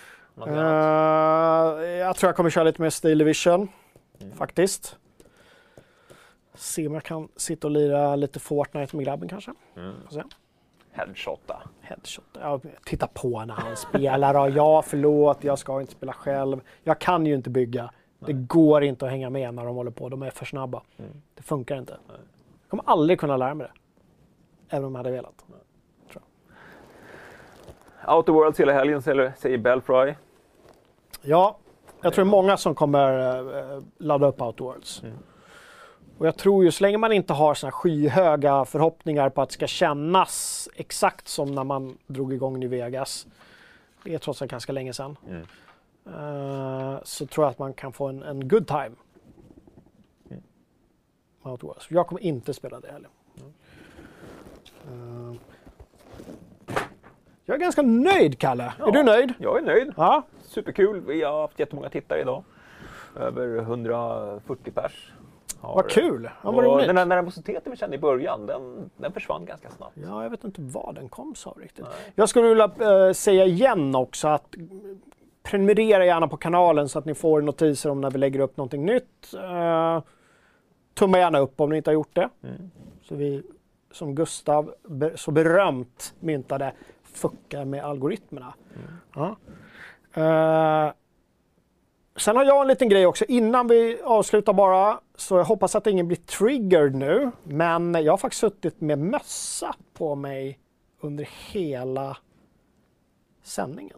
Uh, jag tror jag kommer köra lite mer Steel Division, mm. faktiskt. Se om jag kan sitta och lira lite Fortnite med grabben kanske. Mm. Får se. Headshotta. Headshotta. Ja, titta på när han spelar. Och ja, förlåt, jag ska inte spela själv. Jag kan ju inte bygga. Nej. Det går inte att hänga med när de håller på. De är för snabba. Mm. Det funkar inte. Nej. Jag kommer aldrig kunna lära mig det. Även om jag hade velat. Nej. Tror jag. Outer Worlds hela helgen säger Belfry. Ja, jag tror det är många som kommer uh, ladda upp Outer Worlds. Mm. Och jag tror ju så länge man inte har såna skyhöga förhoppningar på att det ska kännas exakt som när man drog igång New Vegas. Det är trots allt ganska länge sedan. Mm. Uh, så tror jag att man kan få en, en good time. Mm. Jag kommer inte spela det heller. Mm. Uh, jag är ganska nöjd, Kalle. Ja, är du nöjd? Jag är nöjd. Ja. Superkul. Vi har haft jättemånga tittare idag. Över hundrafyrtio pers. Har, vad kul! Ja, vad roligt. Den här nervositeten vi kände i början, den, den försvann ganska snabbt. Ja, jag vet inte var den kom så riktigt. Nej. Jag skulle vilja äh, säga igen också att prenumerera gärna på kanalen så att ni får notiser om när vi lägger upp någonting nytt. Uh, tumma gärna upp om ni inte har gjort det. Mm. Så vi, som Gustav be, så berömt myntade, fuckar med algoritmerna. Mm. Ja. Uh, Sen har jag en liten grej också innan vi avslutar bara, så jag hoppas att ingen blir triggered nu, men jag har faktiskt suttit med mössa på mig under hela sändningen.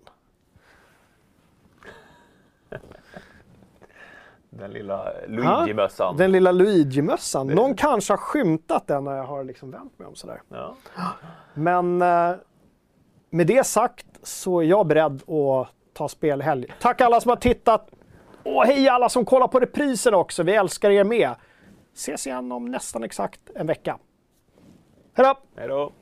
Den lilla Luigi-mössan. Ja, den lilla Luigi-mössan. Det... Någon kanske har skymtat den när jag har liksom vänt mig om sådär. Ja. Men med det sagt så är jag beredd att ta spelhelg. Tack alla som har tittat. Och hej alla som kollar på reprisen också. Vi älskar er med. Ses igen om nästan exakt en vecka. Hej då! Hej då!